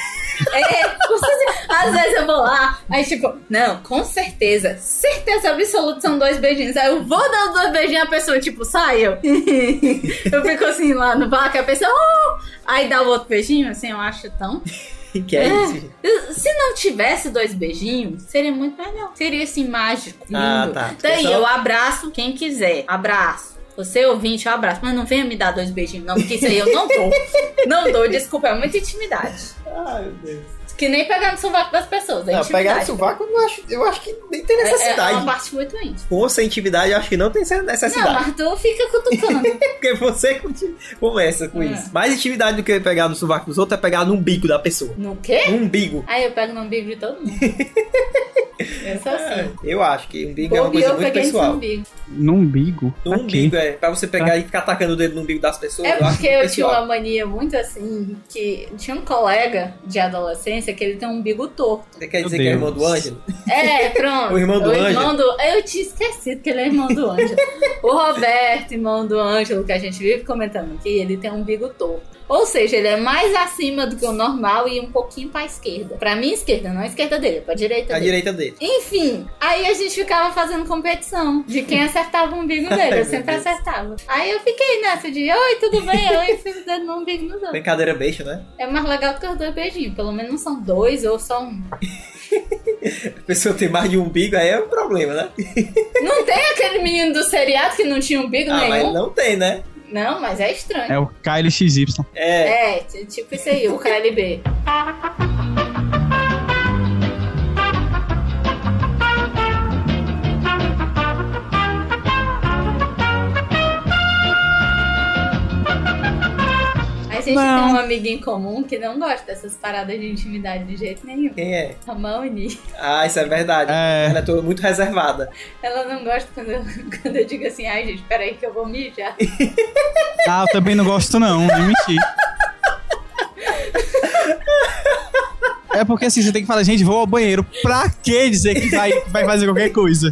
Às vezes eu vou lá, aí tipo, não, com certeza absoluta são 2 beijinhos. Aí eu vou dar os 2 beijinhos, a pessoa tipo, sai eu. Eu fico assim lá no bar, que a pessoa, aí dá o outro beijinho, assim, eu acho tão... Que é isso? Se não tivesse 2 beijinhos, seria muito melhor. Seria assim, mágico, lindo. Tá. Daí eu abraço quem quiser, abraço. Você ouvinte, um abraço. Mas não venha me dar 2 beijinhos, não, porque isso aí eu não dou. Não dou, desculpa, é muita intimidade. Ai, meu Deus. Que nem pegar no sovaco das pessoas. É não, pegar no sovaco eu acho que nem tem necessidade. É uma parte muito íntima. Com ou sem intimidade, eu acho que não tem necessidade. Não, mas tu fica cutucando. Porque você começa com isso. Mais intimidade do que pegar no sovaco dos outros é pegar no umbigo da pessoa. No quê? No umbigo. Aí eu pego no umbigo de todo mundo. Eu sou assim. Eu acho que umbigo é uma coisa muito pessoal. No umbigo? No umbigo, pra você pegar e ficar atacando o dedo no umbigo das pessoas. É porque eu tinha uma mania muito assim, que tinha um colega de adolescência que ele tem um umbigo torto. Você quer dizer que é irmão do Ângelo? É, pronto. O irmão do Ângelo? Eu tinha esquecido que ele é irmão do Ângelo. O Roberto, irmão do Ângelo, que a gente vive comentando aqui, ele tem um umbigo torto. Ou seja, ele é mais acima do que o normal e um pouquinho pra esquerda. Pra mim, esquerda, não a esquerda dele, pra direita dele. A direita dele. Enfim, aí a gente ficava fazendo competição de quem acertava o umbigo dele. Eu sempre acertava. Aí eu fiquei nessa de, oi, tudo bem? Eu enfiei o dedo no umbigo nos outros. Brincadeira beijo, né? É mais legal que os 2 beijinhos. Pelo menos não são 2 ou só 1. A pessoa tem mais de um umbigo, aí é um problema, né? Não tem aquele menino do seriado que não tinha umbigo nenhum? Mas não tem, né? Não, mas é estranho. É o KLXY. É, tipo isso aí, o KLB. A gente tem um amigo em comum que não gosta dessas paradas de intimidade de jeito nenhum. Quem é? A Maoni. Ah, isso é verdade. Ela é muito reservada. Ela não gosta quando eu digo assim, ai gente, peraí que eu vou mijar. Ah, eu também não gosto não, nem mentir. É porque assim, você tem que falar, gente, vou ao banheiro. Pra que dizer que vai fazer qualquer coisa?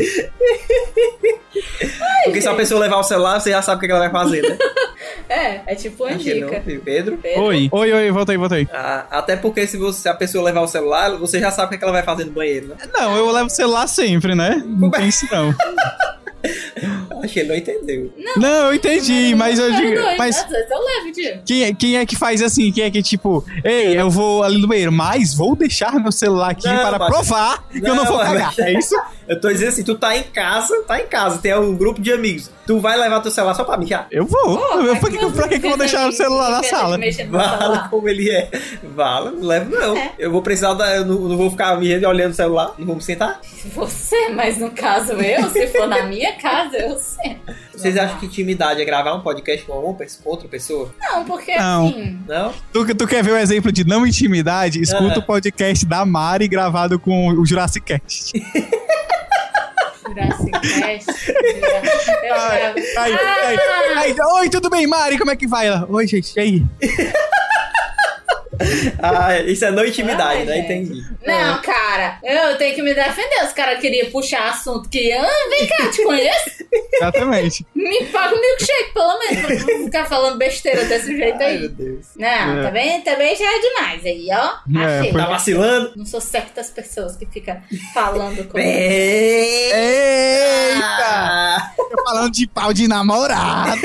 Porque se a pessoa levar o celular, você já sabe o que ela vai fazer, né? É tipo uma dica. Pedro? Oi, voltei. Até porque se a pessoa levar o celular, você já sabe o que ela vai fazer no banheiro, né? Não, eu levo o celular sempre, né? Não tem isso não. Acho que ele não entendeu. Não, eu entendi, mas eu digo... Mas eu levo, Diego. Quem é que faz assim? Quem é que tipo... Ei, eu vou ali no banheiro, mas vou deixar meu celular aqui para provar que eu não vou cagar. É isso? Eu tô dizendo assim, tu tá em casa, tem um grupo de amigos. Tu vai levar teu celular só pra mijar? Eu vou. Pra que eu vou deixar o celular na sala? Vala como ele é. Vala, não levo não. Eu vou precisar eu não vou ficar mijando olhando o celular. Não vou me sentar? Você, mas no caso eu, se for na minha casa, eu sento. Vocês acham que intimidade é gravar um podcast com outra pessoa? Não, porque assim... Não? Tu quer ver o exemplo de não intimidade? Escuta o podcast da Mari gravado com o Jurassic Cast. Jurassic Cast. Oi, tudo bem, Mari? Como é que vai? Ela, oi, gente, e aí? Isso é não intimidade, né? Entendi. Não, cara, eu tenho que me defender. Os caras queriam puxar assunto que... vem cá, te conheço? Exatamente. Me paga um milkshake, pelo menos, pra não ficar falando besteira desse jeito aí. Ai, meu Deus. Não, também já é demais aí, ó. Achei. Tá vacilando? Não sou certas pessoas que ficam falando com... Eita! Tô falando de pau de namorado.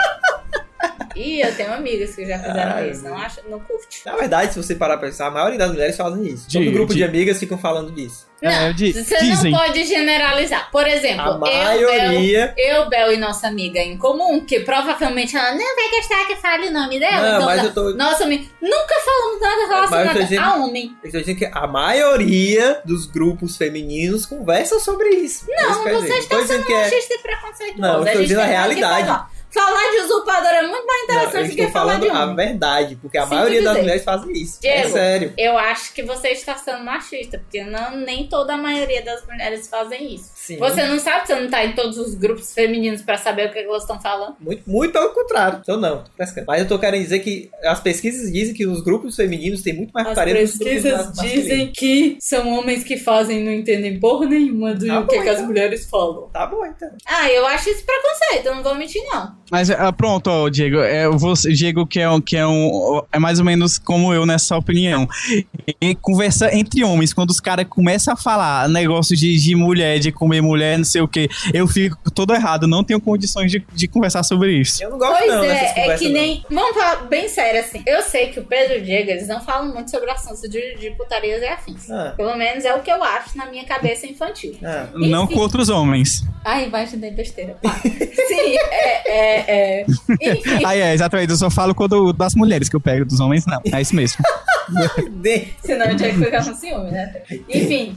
E eu tenho amigas que já fizeram isso, não curte. Na verdade, se você parar pra pensar, a maioria das mulheres fazem isso. Todo grupo de amigas ficam falando disso. Não, você não pode generalizar. Por exemplo, a maioria... eu, Bel e nossa amiga em comum, que provavelmente ela não vai gostar que fale o nome dela. Não, então mas eu tô... Nossa, nunca falamos nada relacionado a homem. Eu estou dizendo que a maioria dos grupos femininos conversam sobre isso. Não, você está sendo machista e preconceituoso. Não, eu estou dizendo a realidade. Falar de usurpador é muito mais interessante do que falar de homem. A verdade, porque a maioria das mulheres fazem isso. Diego, é sério. Eu acho que você está sendo machista, porque nem toda a maioria das mulheres fazem isso. Sim. Você não sabe, você não tá em todos os grupos femininos pra saber o que elas estão falando? Muito pelo contrário. Então não, tô pescando. Mas eu tô querendo dizer que as pesquisas dizem que os grupos femininos têm muito mais putaria do que os grupos masculinos. As pesquisas dizem que são homens que fazem e não entendem porra nenhuma do que as mulheres falam. Tá bom, então. Eu acho isso preconceito, eu não vou mentir, não. Mas pronto, ó, Diego, Diego é mais ou menos como eu nessa opinião. E conversa entre homens, quando os caras começam a falar negócio de mulher, de comer mulher, não sei o que, eu fico todo errado, não tenho condições de conversar sobre isso. Eu não gosto não dessas conversas. É que nem... Vamos falar bem sério assim. Eu sei que o Pedro e o Diego, eles não falam muito sobre assuntos de putarias e afins. Pelo menos é o que eu acho na minha cabeça infantil. Não com outros homens. Ai, imaginei besteira. Sim, enfim. Aí exatamente. Eu só falo das mulheres que eu pego, dos homens não. É isso mesmo. Senão a gente vai ficar com ciúme, né? Enfim,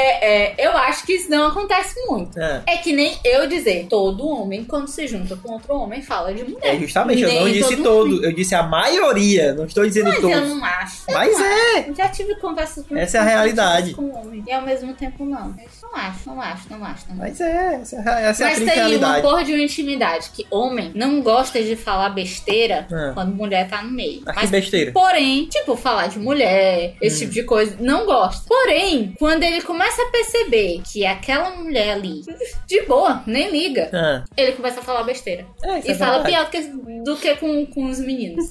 eu acho que isso não acontece muito. É que nem eu dizer, todo homem, quando se junta com outro homem, fala de mulher. É justamente, eu não disse todo. Eu disse a maioria, não estou dizendo mas todos. Eu não acho. Mas Eu já tive conversas com essa é a realidade. Com homem, e ao mesmo tempo não. Não acho. Mas essa é a mas tem realidade. uma porra de uma intimidade que homem não gosta de falar besteira quando mulher tá no meio. Mas que besteira? Porém, tipo, falar de mulher, esse tipo de coisa, não gosta. Porém, quando ele começa a perceber que aquela mulher ali, de boa, nem liga, ele começa a falar besteira. E fala pior do que com os meninos.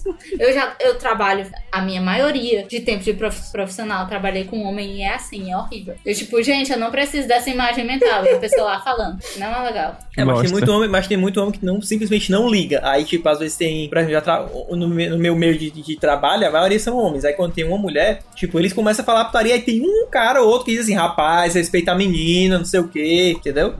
Eu trabalho, a minha maioria de tempo de profissional, trabalhei com homem e é assim, é horrível. Eu tipo, gente, eu não preciso dessa imagem mental. E a pessoa lá falando, não é legal. Mas tem muito homem que simplesmente não liga. Aí, tipo, às vezes tem, por exemplo, no meu meio de trabalho, a maioria são homens. Aí quando tem uma mulher, tipo, eles começam a falar putaria, aí tem um cara ou outro que diz assim, rapaz, respeita a menina, não sei o quê, entendeu?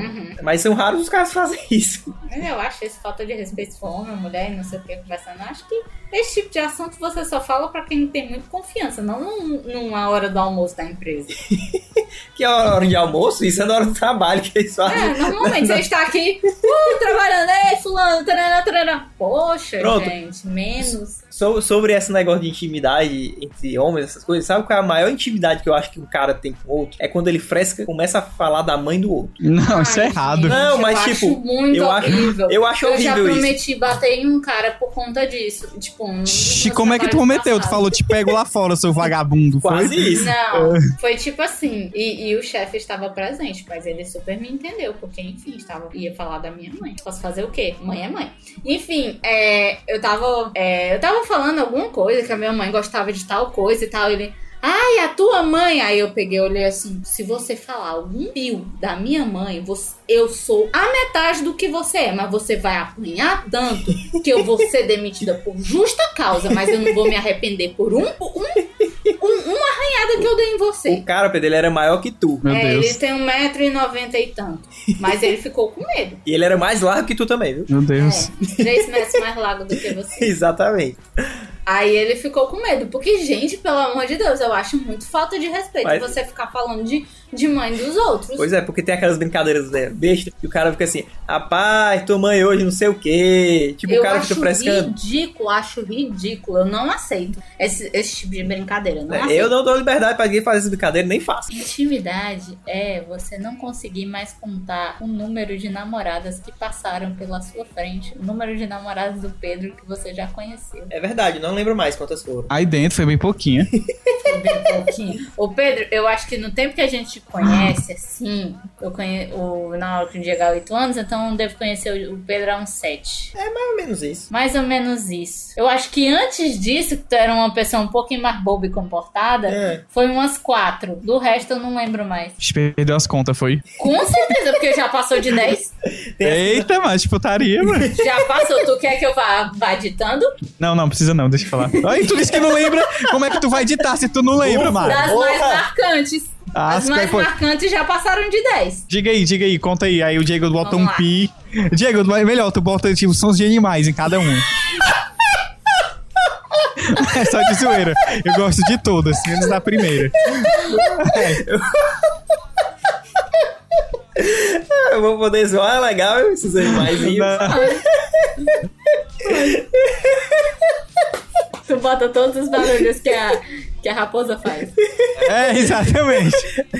Mas são raros os caras que fazem isso. Eu acho isso falta de respeito com homem, mulher e não sei o que conversando. Eu acho que esse tipo de assunto você só fala pra quem tem muita confiança, não numa hora do almoço da empresa. Que é a hora de almoço? Isso é na hora do trabalho que eles fazem. Normalmente você está aqui trabalhando, fulano, tarana. Poxa, pronto. Gente, menos. Sobre esse negócio de intimidade entre homens, essas coisas, sabe qual é a maior intimidade que eu acho que um cara tem com o outro? É quando ele fresca, começa a falar da mãe do outro. Não, isso é errado. Não, mas eu tipo, acho muito horrível. Eu acho horrível isso. Eu já prometi bater em um cara por conta disso. Tipo, como é que tu prometeu? Tu falou, te pego lá fora, seu vagabundo. Quase foi? Isso. Não, foi tipo assim. E o chefe estava presente, mas ele super me entendeu, porque, enfim, ia falar da minha mãe. Posso fazer o quê? Mãe é mãe. Enfim, eu tava falando alguma coisa, que a minha mãe gostava de tal coisa e tal. Ele, ai, a tua mãe. Aí eu peguei e olhei assim, se você falar algum fio da minha mãe, eu sou a metade do que você é, mas você vai apanhar tanto que eu vou ser demitida por justa causa, mas eu não vou me arrepender por uma arranhada que eu dei em você. O cara, Pedro, ele era maior que tu. Meu Deus. Ele tem 1,90 m e tanto, mas ele ficou com medo. E ele era mais largo que tu também, viu? Meu Deus. 3 metros mais largo do que você. Exatamente. Aí ele ficou com medo, porque, gente, pelo amor de Deus, eu acho muito falta de respeito você ficar falando de mãe dos outros. Pois é, porque tem aquelas brincadeiras besta, e o cara fica assim, rapaz, tua mãe hoje não sei o quê. Tipo, o cara fica frescando. Acho ridículo, eu não aceito esse tipo de brincadeira, não aceito. Eu não dou liberdade pra ninguém fazer essa brincadeira, nem faço. Intimidade é você não conseguir mais contar o número de namoradas que passaram pela sua frente, o número de namoradas do Pedro que você já conheceu. É verdade, não lembro mais quantas foram. Aí dentro foi bem pouquinho. Foi bem pouquinho. Ô Pedro, eu acho que no tempo que a gente conhece, assim, na hora que eu chegar 8 anos, então eu devo conhecer o Pedro há uns 7. É mais ou menos isso. Mais ou menos isso. Eu acho que antes disso, que tu era uma pessoa um pouquinho mais boba e comportada, foi umas 4. Do resto eu não lembro mais. Perdeu as contas, foi? Com certeza, porque já passou de 10. Eita, mas putaria, mano. Já passou. Tu quer que eu vá ditando? Não, precisa não, deixa eu falar. Aí tu disse que não lembra, como é que tu vai ditar se tu não lembra, mano? Das mais marcantes. As mais marcantes já passaram de 10. Diga aí, conta aí. Aí o Diego bota um pi. Diego, melhor, tu bota tipo sons de animais em cada um. É só de zoeira. Eu gosto de todas, menos da primeira. Eu vou poder zoar, legal, esses animais. Tu bota todos os barulhos que a raposa faz. É, exatamente.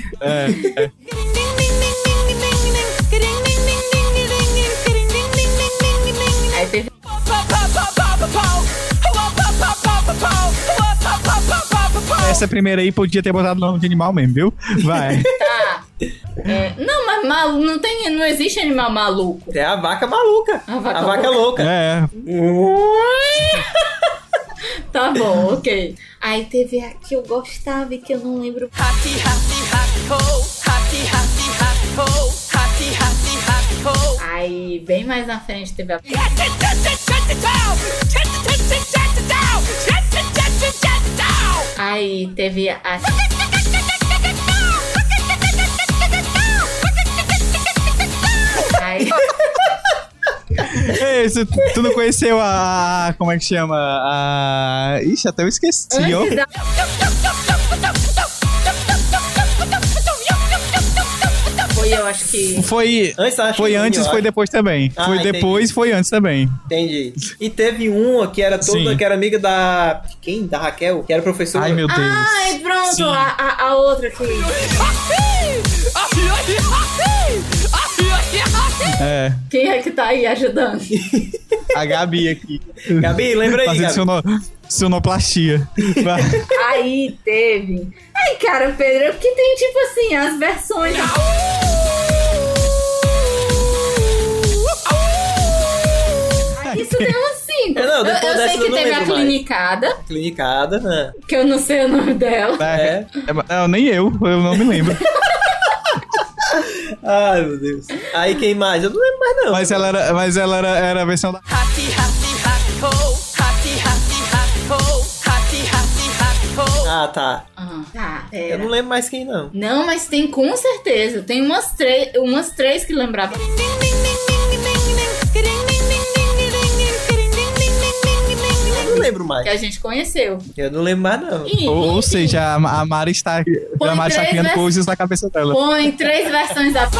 Aí teve... Essa primeira aí podia ter botado o nome de animal mesmo, viu? Vai. Tá. Não, mas não existe animal maluco. É a vaca maluca. A vaca louca. É. Tá bom, ok. Aí teve a que eu gostava e que eu não lembro. Aí, bem mais na frente, teve a... Aí, teve a... conhece, tu não conheceu a como é que chama? Ixi, até eu esqueci, ó. Antes da... Foi, eu acho que... Foi antes, foi depois também. Foi entendi. depois, foi antes também. Entendi. E teve uma que era toda, Sim. que era amiga da... Quem? Da Raquel? Que era professora. Ai, meu Deus. Ai, pronto, Sim. a outra aqui. É, Quem é que tá aí ajudando? a Gabi aqui. Gabi, lembra aí, Fazendo Gabi. sonoplastia. Vai. Aí teve... Ai, cara, Pedro, é porque tem tipo assim, as versões... Isso tem uns 5. Não, depois eu dessa sei eu que não teve a lembro mais. clinicada, Clinicada, né? que eu não sei o nome dela. Não, nem eu não me lembro. Ai, meu Deus. Aí quem mais? Eu não lembro mais, não. Mas ela era a versão da... Ah, tá. Tá, Eu não lembro mais quem, não. Não, mas tem com certeza. Tem umas três que lembravam. Eu não lembro mais. Que a gente conheceu. Eu não lembro mais, não. Ou Enfim, seja, a Mari está três criando vers- coisas na cabeça dela. põe 3 versões da...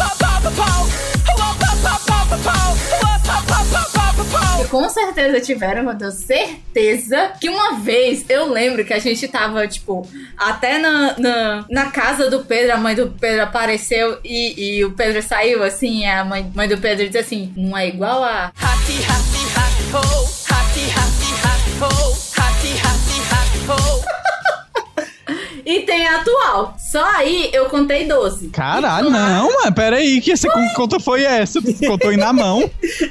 Que com certeza tiveram, eu tenho certeza que uma vez eu lembro que a gente tava, tipo, até na casa do Pedro, a mãe do Pedro apareceu e o Pedro saiu assim, a mãe do Pedro disse assim, não é igual a... E tem a atual. Só aí eu contei 12. Caralho, não, mano, peraí, que essa conta foi essa? Tu contou aí na mão.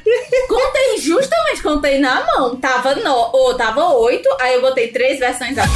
Contei na mão. Tava 8, aí eu botei 3 versões da...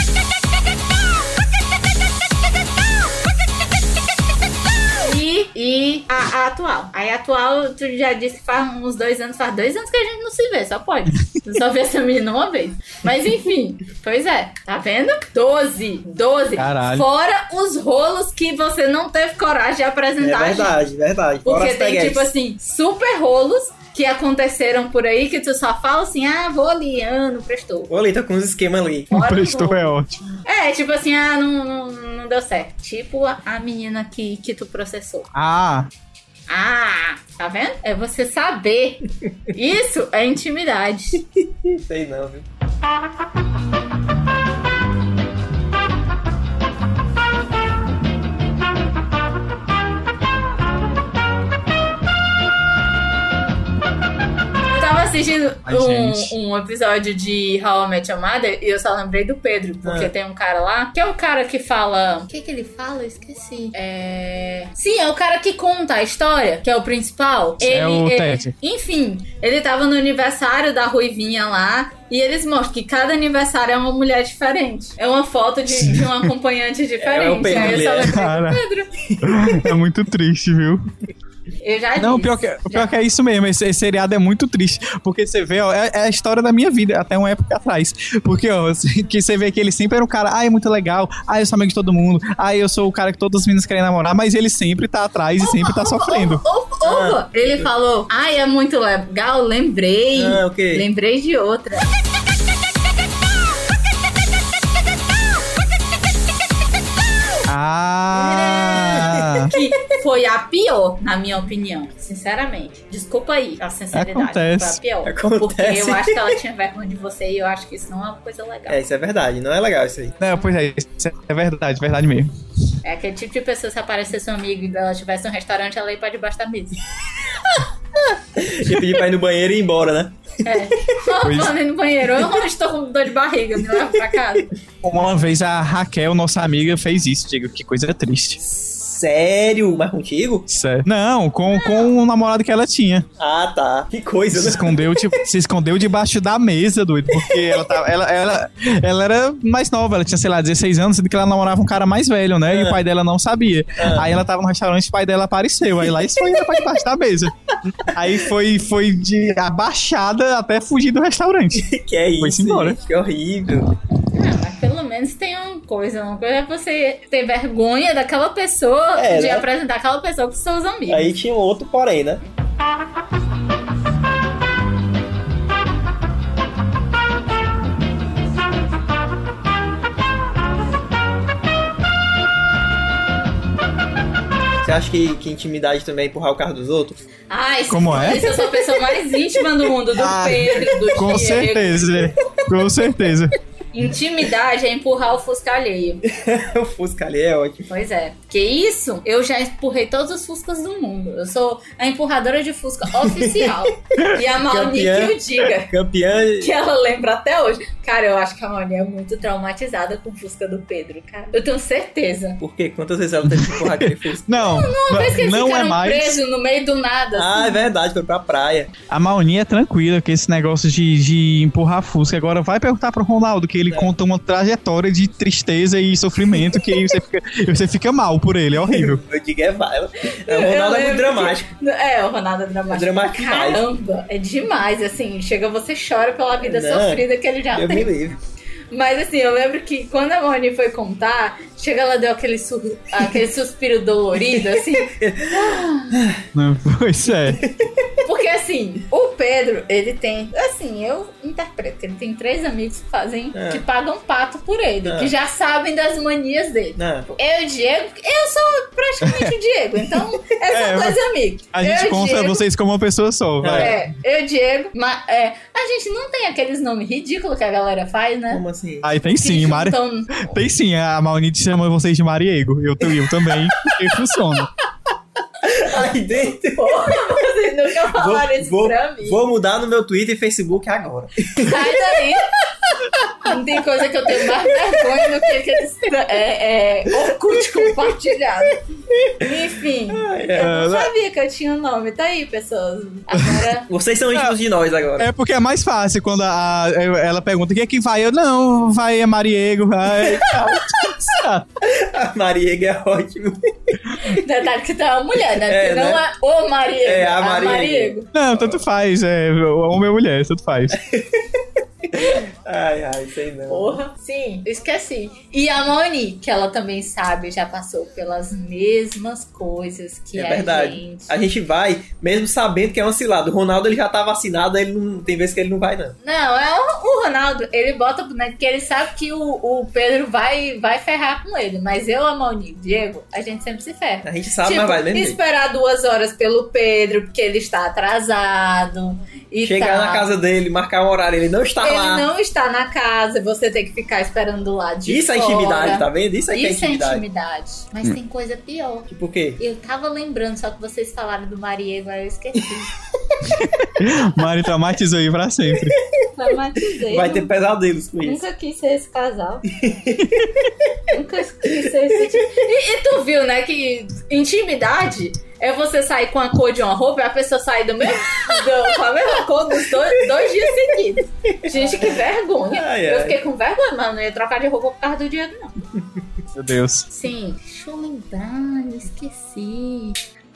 E a atual. Aí a atual, tu já disse que faz uns 2 anos. Faz 2 anos que a gente não se vê, só pode. Tu só vê essa menina uma vez. Mas enfim, pois é. Tá vendo? 12. Caralho. Fora os rolos que você não teve coragem de apresentar. É verdade. Fora Porque as tem, peguetes. tipo assim, super rolos que aconteceram por aí que tu só fala assim, vou ali, não prestou. Olha ali, tá com uns esquemas ali. Fora os Prestou rolos. é ótimo. É, tipo assim, não deu certo. Tipo a menina que tu processou. Ah, Tá vendo? É você saber. Isso é intimidade. Sei não, viu? Eu tava assistindo Ai, gente. um episódio de How I Met Your Mother e eu só lembrei do Pedro, porque tem um cara lá, que é o cara que fala... O que ele fala? Eu esqueci. Sim, é o cara que conta a história, que é o principal. o Ted. Enfim, ele tava no aniversário da Ruivinha lá e eles mostram que cada aniversário é uma mulher diferente. É uma foto de um acompanhante diferente. É o Pedro, Aí eu só lembrei cara. do Pedro. É muito triste, viu? Eu já Não, disse. o pior que é isso mesmo. Esse seriado é muito triste. Porque você vê, ó, é a história da minha vida, até uma época atrás. Porque, ó, que você vê que ele sempre era um cara, é muito legal, eu sou amigo de todo mundo, eu sou o cara que todas as meninas querem namorar, mas ele sempre tá atrás e sempre tá sofrendo. Ele falou, é muito legal, lembrei. O quê? Lembrei de outra. Que foi a pior, na minha opinião. Sinceramente. Desculpa aí a sinceridade. Acontece. Foi a pior. Acontece. Porque eu acho que ela tinha vergonha de você e eu acho que isso não é uma coisa legal. Isso é verdade. Não é legal isso aí. Não, pois é, isso é verdade mesmo. É aquele tipo de pessoa, se aparecer seu amigo e ela estivesse num restaurante, ela ia pra debaixo da mesa. Ia pedir pra ir no banheiro e ir embora, né? Falando no banheiro. Eu estou com dor de barriga, me leva pra casa. Uma vez a Raquel, nossa amiga, fez isso. Digo, que coisa triste. Sério? Mas contigo? Sério. Não, com o namorado que ela tinha. Ah, tá. Que coisa, Se né? escondeu, se escondeu debaixo da mesa, doido. Porque ela era mais nova, ela tinha, sei lá, 16 anos, sendo que ela namorava um cara mais velho, né? E o pai dela não sabia. Aí ela tava no restaurante e o pai dela apareceu. Aí lá isso foi pra debaixo da mesa. Aí foi de abaixada até fugir do restaurante. Que é isso? Foi-se embora. Gente, que horrível. Mas pelo menos tem uma coisa é você ter vergonha daquela pessoa, de né? apresentar aquela pessoa pros seus amigos. Aí tinha um outro porém, né? Você acha que intimidade também é empurrar o carro dos outros? Ai, Como é? Eu sou a pessoa mais íntima do mundo, do Pedro, do Com Diego. certeza, com certeza. Intimidade é empurrar o Fusca alheio. O Fusca ali é ótimo. Pois é. Porque isso, eu já empurrei todos os Fuscas do mundo. Eu sou a empurradora de Fusca oficial. E a Mauni que o diga. Campeã. Que ela lembra até hoje. Cara, eu acho que a Mauni é muito traumatizada com o Fusca do Pedro, cara. Eu tenho certeza. Por quê? Quantas vezes ela teve que empurrar aquele Fusca? Uma vez que eles não ficaram é mais. presos no meio do nada. Ah, é verdade, foi pra praia. A Mauni é tranquila com esse negócio de empurrar Fusca. Agora vai perguntar pro Ronaldo, que ele conta uma trajetória de tristeza e sofrimento que aí você fica mal por ele, é horrível. Eu digo é vai. O Ronaldo é muito dramático. O Ronaldo é dramático. É dramático demais. Caramba, é demais, assim. Chega, você chora pela vida sofrida que ele já Eu tem. me livro. Mas assim, eu lembro que quando a Mauni foi contar, chega, ela deu aquele suspiro dolorido, assim. Pois é. Porque assim, o Pedro, ele tem, assim, eu interpreto, ele tem 3 amigos que pagam pato por ele, que já sabem das manias dele. Eu e o Diego, eu sou praticamente o Diego, então são 2 amigos. A gente conta vocês como uma pessoa só, vai. Eu e o Diego, mas a gente não tem aqueles nomes ridículos que a galera faz, né? Como assim? Aí tem sim, tem sim, a Mauni chama vocês de Mariego, eu também, porque funciona. Aí dentro. Porra, vocês nunca falaram isso pra mim. Vou mudar no meu Twitter e Facebook agora. Sai daí. Não tem coisa que eu tenho mais vergonha do que aqueles Orkut compartilhado. Enfim, eu não sabia que eu tinha um nome. Tá aí, pessoas. Agora... Vocês são íntimos de nós agora. É porque é mais fácil quando ela pergunta quem é que vai. Eu, não, vai a Mariego. Vai. A Mariego é ótimo. Detalhe que tá uma mulher, né? Porque não é o Mariego. É a Mariego. Não, tanto faz. Homem ou mulher, tanto faz. Ai, sei não. Porra, sim, esqueci. E a Mauni, que ela também sabe, já passou pelas mesmas coisas que a gente. A gente vai, mesmo sabendo que é uma cilada. O Ronaldo, ele já tá vacinado, ele não tem vezes que ele não vai, não. Não, o Ronaldo, ele bota pro neto, porque ele sabe que o Pedro vai ferrar com ele. Mas eu, a Mauni, o Diego, a gente sempre se ferra. A gente sabe, mas vai mesmo. Esperar 2 horas pelo Pedro, porque ele está atrasado. Chegar na casa dele, marcar um horário, ele não está lá. Ele não está na casa, você tem que ficar esperando do lado de fora. Isso é intimidade, tá vendo? Isso é intimidade. Mas tem coisa pior. Tipo o quê? Eu tava lembrando, só que vocês falaram do Mariego, aí eu esqueci. Mari traumatizou aí pra sempre. Traumatizei. Vai ter pesadelos com isso. Nunca quis ser esse casal. Nunca quis ser esse tipo. E tu viu, né, que intimidade é você sair com a cor de uma roupa e a pessoa sair com a mesma cor dos 2 dias seguidos. Gente, que vergonha. Eu fiquei com vergonha, mas não ia trocar de roupa por causa do Diego, não. Meu Deus. Sim, deixa eu lembrar, esqueci.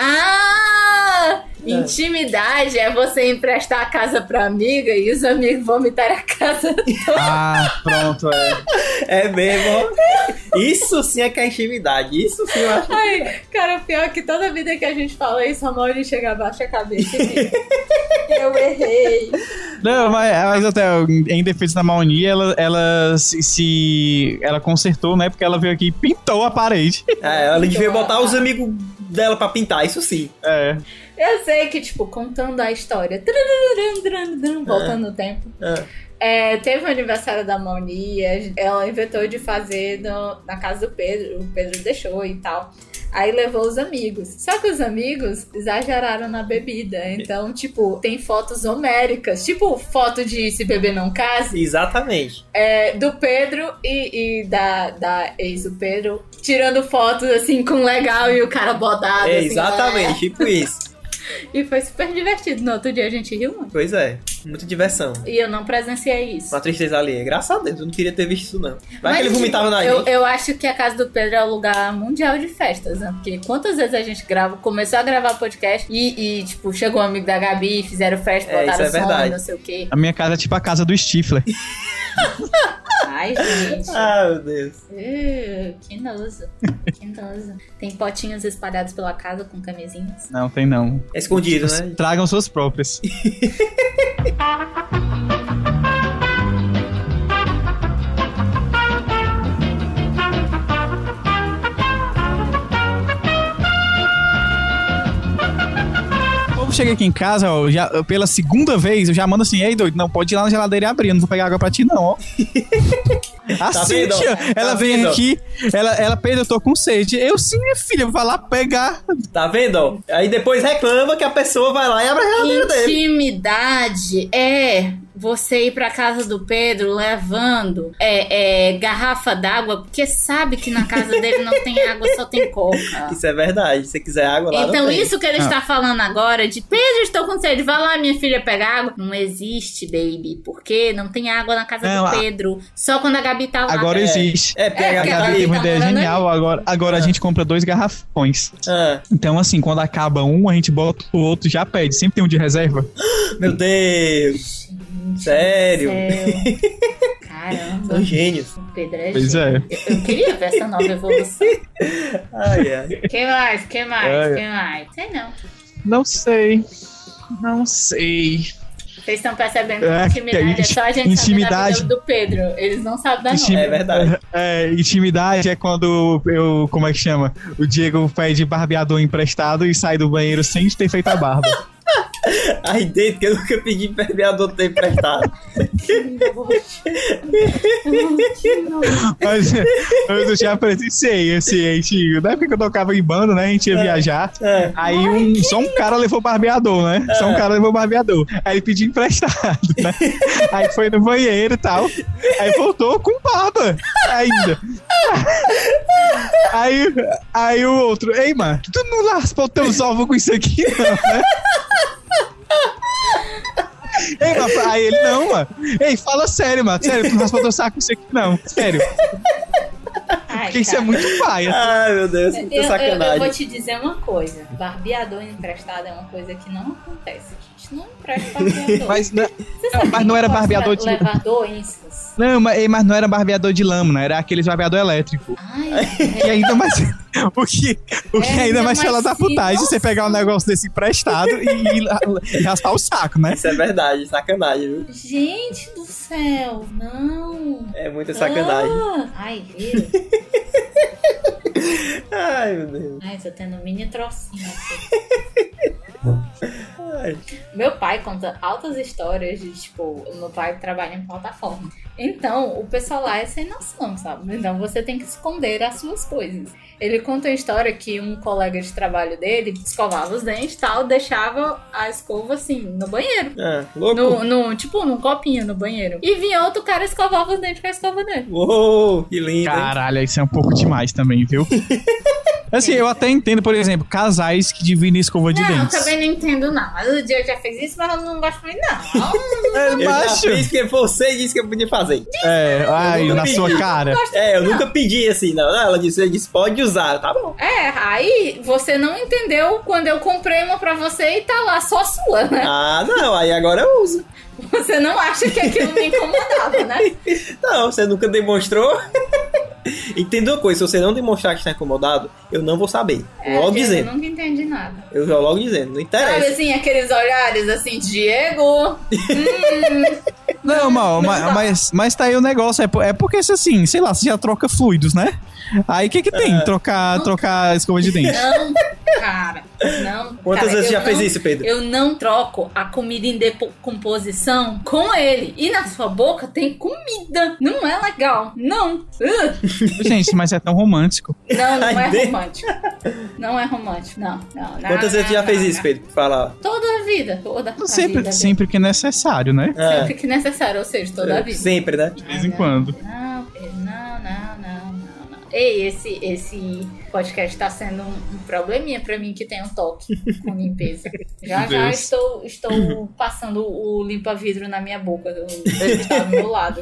Intimidade é você emprestar a casa pra amiga e os amigos vomitarem a casa toda. Pronto, É mesmo. Isso sim é que é intimidade. Isso sim eu acho. Ai, cara, o pior é que toda vida que a gente fala isso, a Mauri chega abaixo a cabeça e diz, eu errei. Não, mas até em defesa da Mauni, ela consertou, né? Porque ela veio aqui e pintou a parede. Ela devia botar os amigos dela pra pintar, isso sim. Eu sei que, tipo, contando a história, voltando no tempo, teve o aniversário da Mauni, ela inventou de fazer na casa do Pedro, o Pedro deixou e tal. Aí levou os amigos. Só que os amigos exageraram na bebida. Então, tipo, tem fotos homéricas. Tipo, foto de Se Beber Não Case. Exatamente. Do Pedro e da ex do Pedro. Tirando fotos, assim, com legal e o cara bodado. Assim, exatamente, tipo isso. E foi super divertido. No outro dia a gente riu muito. Pois é, muita diversão. E eu não presenciei isso. Uma tristeza alheia. Graças a Deus, eu não queria ter visto isso, não. Vai que ele vomitava na gente. Eu acho que a casa do Pedro é o lugar mundial de festas, né? Porque quantas vezes a gente começou a gravar podcast e tipo, chegou um amigo da Gabi, fizeram festa, botaram som, não sei o quê. A minha casa é tipo a casa do Stifler. Ai, gente. Meu Deus. Que nojo. Que nojo. Tem potinhos espalhados pela casa com camisinhas? Não, tem não. É escondido, né? Tragam suas próprias. chego aqui em casa, ó, pela segunda vez, eu já mando assim, ei, doido, não pode ir lá na geladeira e abrir, eu não vou pegar água pra ti, não, ó. A Cíntia, ela vem aqui, ela, Pedro, eu tô com sede. Eu, sim, minha filha, vou lá pegar. Tá vendo? Aí depois reclama que a pessoa vai lá e abre a geladeira dele. Intimidade é você ir pra casa do Pedro levando garrafa d'água, porque sabe que na casa dele não tem água, só tem coca. Isso é verdade. Se você quiser água lá, então não tem. isso que ele está falando agora de Pedro, estou com sede, vai lá minha filha pegar água. Não existe, baby, porque não tem água na casa do Pedro. Só quando a Gabi tá lá. Agora existe. Porque a Gabi teve uma ideia genial. Agora a gente compra 2 garrafões. Então assim, quando acaba um, a gente bota o outro e já pede. Sempre tem um de reserva. Meu Deus. Sério? Caramba. São gênios. O Pedro é pois gênio. Eu queria ver essa nova evolução. Ai. Que mais? Sei não. Não sei. Vocês estão percebendo que intimidade é só a gente saber da vida do Pedro. Eles não sabem da nome. É verdade. Intimidade é quando como é que chama? O Diego pede barbeador emprestado e sai do banheiro sem ter feito a barba. Aí dentro que eu nunca pedi barbeador ter emprestado. Mas eu já presenciei na época que eu tocava em banda, né? A gente ia viajar. Aí só um cara levou barbeador, né? Aí ele pediu emprestado, né? Aí foi no banheiro e tal. Aí voltou com barba ainda. Aí o outro, ei, mano, tu não raspa os teus ovos com isso aqui, não, né? Ei, mano, aí ele, não, mano. Ei, fala sério, mano. Sério, tu não raspou teu saco com isso aqui, não. Sério. Porque isso é muito paia. Ai, meu Deus, muita sacanagem. Eu vou te dizer uma coisa. Barbeador emprestado é uma coisa que não acontece. A gente não empresta barbeador. Mas não era barbeador de... levar doenças. Não, mas não era barbeador de lâmina. Era aqueles barbeador elétrico. E ainda mais... O que ainda mais fala da putagem, você pegar um negócio desse emprestado e raspar o saco, né? Isso é verdade, sacanagem, viu? Gente do céu, não. É muita sacanagem. Ai, viu? Ai, meu Deus. Ai, tô tendo um mini trocinho aqui. Meu pai conta altas histórias de, tipo, meu pai trabalha em plataforma. Então, o pessoal lá é sem noção, sabe? Então, você tem que esconder as suas coisas. Ele conta a história que um colega de trabalho dele escovava os dentes e tal, deixava a escova, assim, no banheiro. Louco. Tipo, num copinho no banheiro. E vinha outro cara e escovava os dentes com a escova dele. Uou, que lindo. Caralho, isso é um pouco demais também, viu? Assim, eu até entendo, por exemplo, casais que dividem escova de dentes. Não, também não entendo, não. Mas o Diego já fez isso, mas eu não gosto muito, não. Eu já fiz porque você disse que eu podia fazer. Na sua cara. Eu nunca pedi assim, não. Ela disse pode usar, tá bom. Aí você não entendeu quando eu comprei uma pra você e tá lá só sua, né? Ah, não, aí agora eu uso. Você não acha que aquilo me incomodava, né? Não, você nunca demonstrou. Entenda uma coisa, se você não demonstrar que está incomodado, eu não vou saber. Logo dizendo. Eu nunca entendi nada. Eu já logo dizendo, não interessa. Sabe assim, aqueles olhares assim, Diego. Não, mas tá aí o negócio. É porque, assim, sei lá, você já troca fluidos, né? Aí o que tem? Trocar a escova de dente. Não, cara. Não. Quantas vezes você já fez isso, Pedro? Eu não troco a comida em decomposição com ele. E na sua boca tem comida. Não é legal. Não. Gente, mas é tão romântico. Não é romântico. Não é romântico. Não. Quantas vezes você já fez isso, Pedro? Fala. Toda a vida. Sempre que necessário, né? Sempre que necessário, ou seja, toda a vida. Sempre, né? De vez em quando. Não. Ei, esse podcast tá sendo um probleminha pra mim que tem um toque com limpeza. Já estou passando o limpa-vidro na minha boca. Ele tá do meu lado.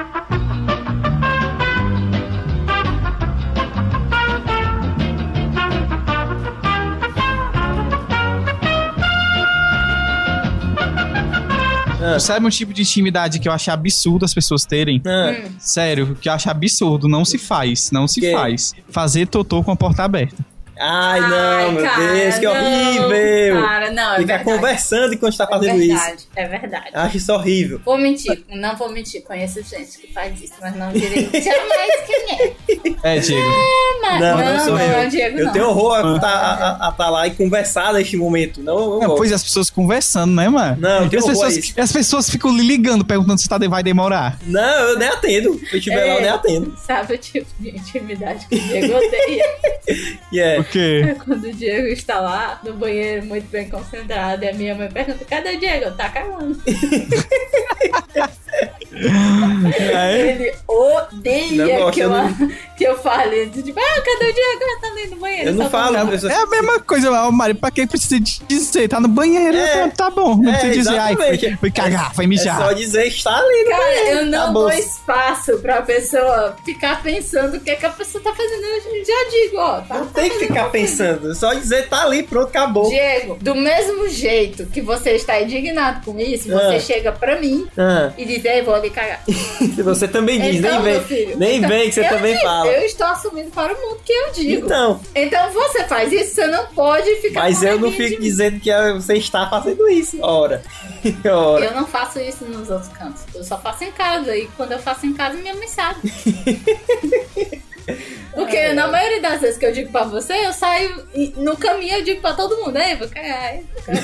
Sabe um tipo de intimidade que eu acho absurdo as pessoas terem? Sério, que eu acho absurdo. Não se faz. Fazer totô com a porta aberta. Ai, não, meu cara, Deus, que não, horrível. Cara, não, é Ficar verdade. conversando enquanto está fazendo isso. É verdade. Acho isso horrível. Vou mentir, não vou mentir. Conheço gente que faz isso, mas não direi jamais quem é. É, Diego. Mas, Não sou eu. Diego, Eu não. tenho horror a estar lá e conversar neste momento. Não, Não, pois as pessoas conversando, né, mano? Não, E tem as horror a pessoas, isso. as pessoas ficam lhe ligando, perguntando se vai demorar. Não, eu nem atendo. Se eu estiver lá, eu nem atendo. Sabe o tipo de intimidade que o Diego odeia? E é. Por quê? É quando o Diego está lá no banheiro muito bem concentrado e a minha mãe pergunta: cadê o Diego? Tá cagando. Aí, Ele odeia Não gosto, que eu fale. Tipo, cadê o Diego? Ele tá dentro do banheiro. Eu não só falo. é a mesma coisa, Mari. Pra que precisa dizer? Tá no banheiro? É. Tá bom. Não É, precisa dizer, ai, exatamente. foi cagar, foi É mijar. só dizer está ali no Cara, banheiro. eu não Acabou. dou espaço pra pessoa ficar pensando o que, é que a pessoa tá fazendo. Eu já digo, ó. Tá, Não tem que ficar pensando. É só dizer tá ali, pronto, acabou. Diego, do mesmo jeito que você está indignado com isso, você chega pra mim e diz: ei, vou ali cagar. Você também diz, Então, nem meu vem. filho, Nem então, vem que você eu também digo, fala. Eu estou assumindo para o mundo que eu digo. Então, Você faz isso, você não pode ficar mas com eu não raivinha fico de mim. dizendo que você está fazendo isso. Ora. Ora. Eu não faço isso nos outros cantos. Eu só faço em casa. E quando eu faço em casa, minha mãe sabe. Porque na maioria das vezes que eu digo pra você, eu saio e no caminho eu digo pra todo mundo: ei, vou cagar.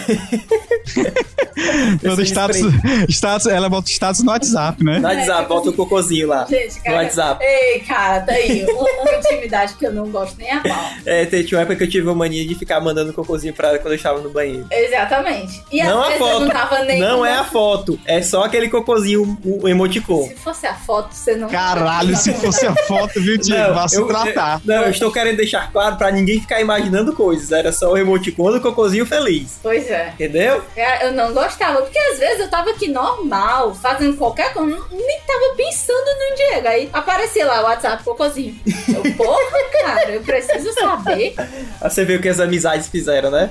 Todo status, ela bota status no WhatsApp, né? No WhatsApp, bota o cocôzinho lá. Gente, No cara. WhatsApp. Ei, cara, tá aí. Uma intimidade que eu não gosto nem a pau. Tinha uma época que eu tive a mania de ficar mandando cocôzinho pra ela quando eu estava no banheiro. Exatamente. E Não às a vezes eu foto. não tava nem. Não é a foto. É só aquele cocôzinho, o emoticon. Se fosse a foto, você não. Caralho, se fosse a foto, viu, Diego? Vá se tratar. Eu estou querendo deixar claro pra ninguém ficar imaginando coisas. Era só o emoticon do cocôzinho feliz. Pois é. Entendeu? Eu não gostava, porque às vezes eu tava aqui normal, fazendo qualquer coisa, nem tava pensando no Diego. Aí aparecia lá o WhatsApp, cocôzinho. Eu, porra, cara, eu preciso saber. Aí você vê o que as amizades fizeram, né?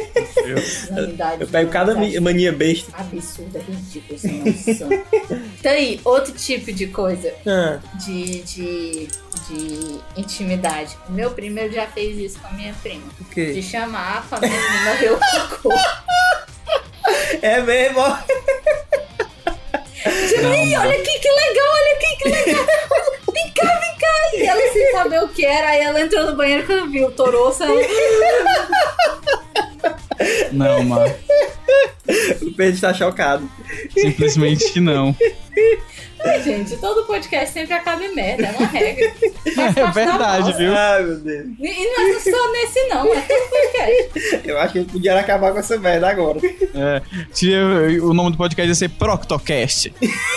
Eu pego cada mania besta. Absurda, ridícula, sem noção. Então aí, outro tipo de coisa de intimidade. O meu primo ele já fez isso com a minha prima. O quê? De chamar pra menina ver o cocô. É mesmo? Ih, olha aqui que legal, olha aqui que legal. Vem cá. E ela sem saber o que era, aí ela entrou no banheiro quando viu o toroço. Ela... Não, mano. O Pedro está chocado. Simplesmente não. Gente, todo podcast sempre acaba em merda, é uma regra. É verdade, viu? Ai, meu Deus. E não é só nesse não, é todo podcast. Eu acho que ele podia acabar com essa merda agora. O nome do podcast ia ser Proctocast.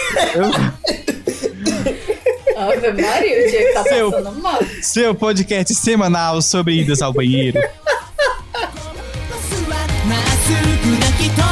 Ave Maria, o Diego tá passando mal. Seu podcast semanal sobre idas ao banheiro. まっすぐな人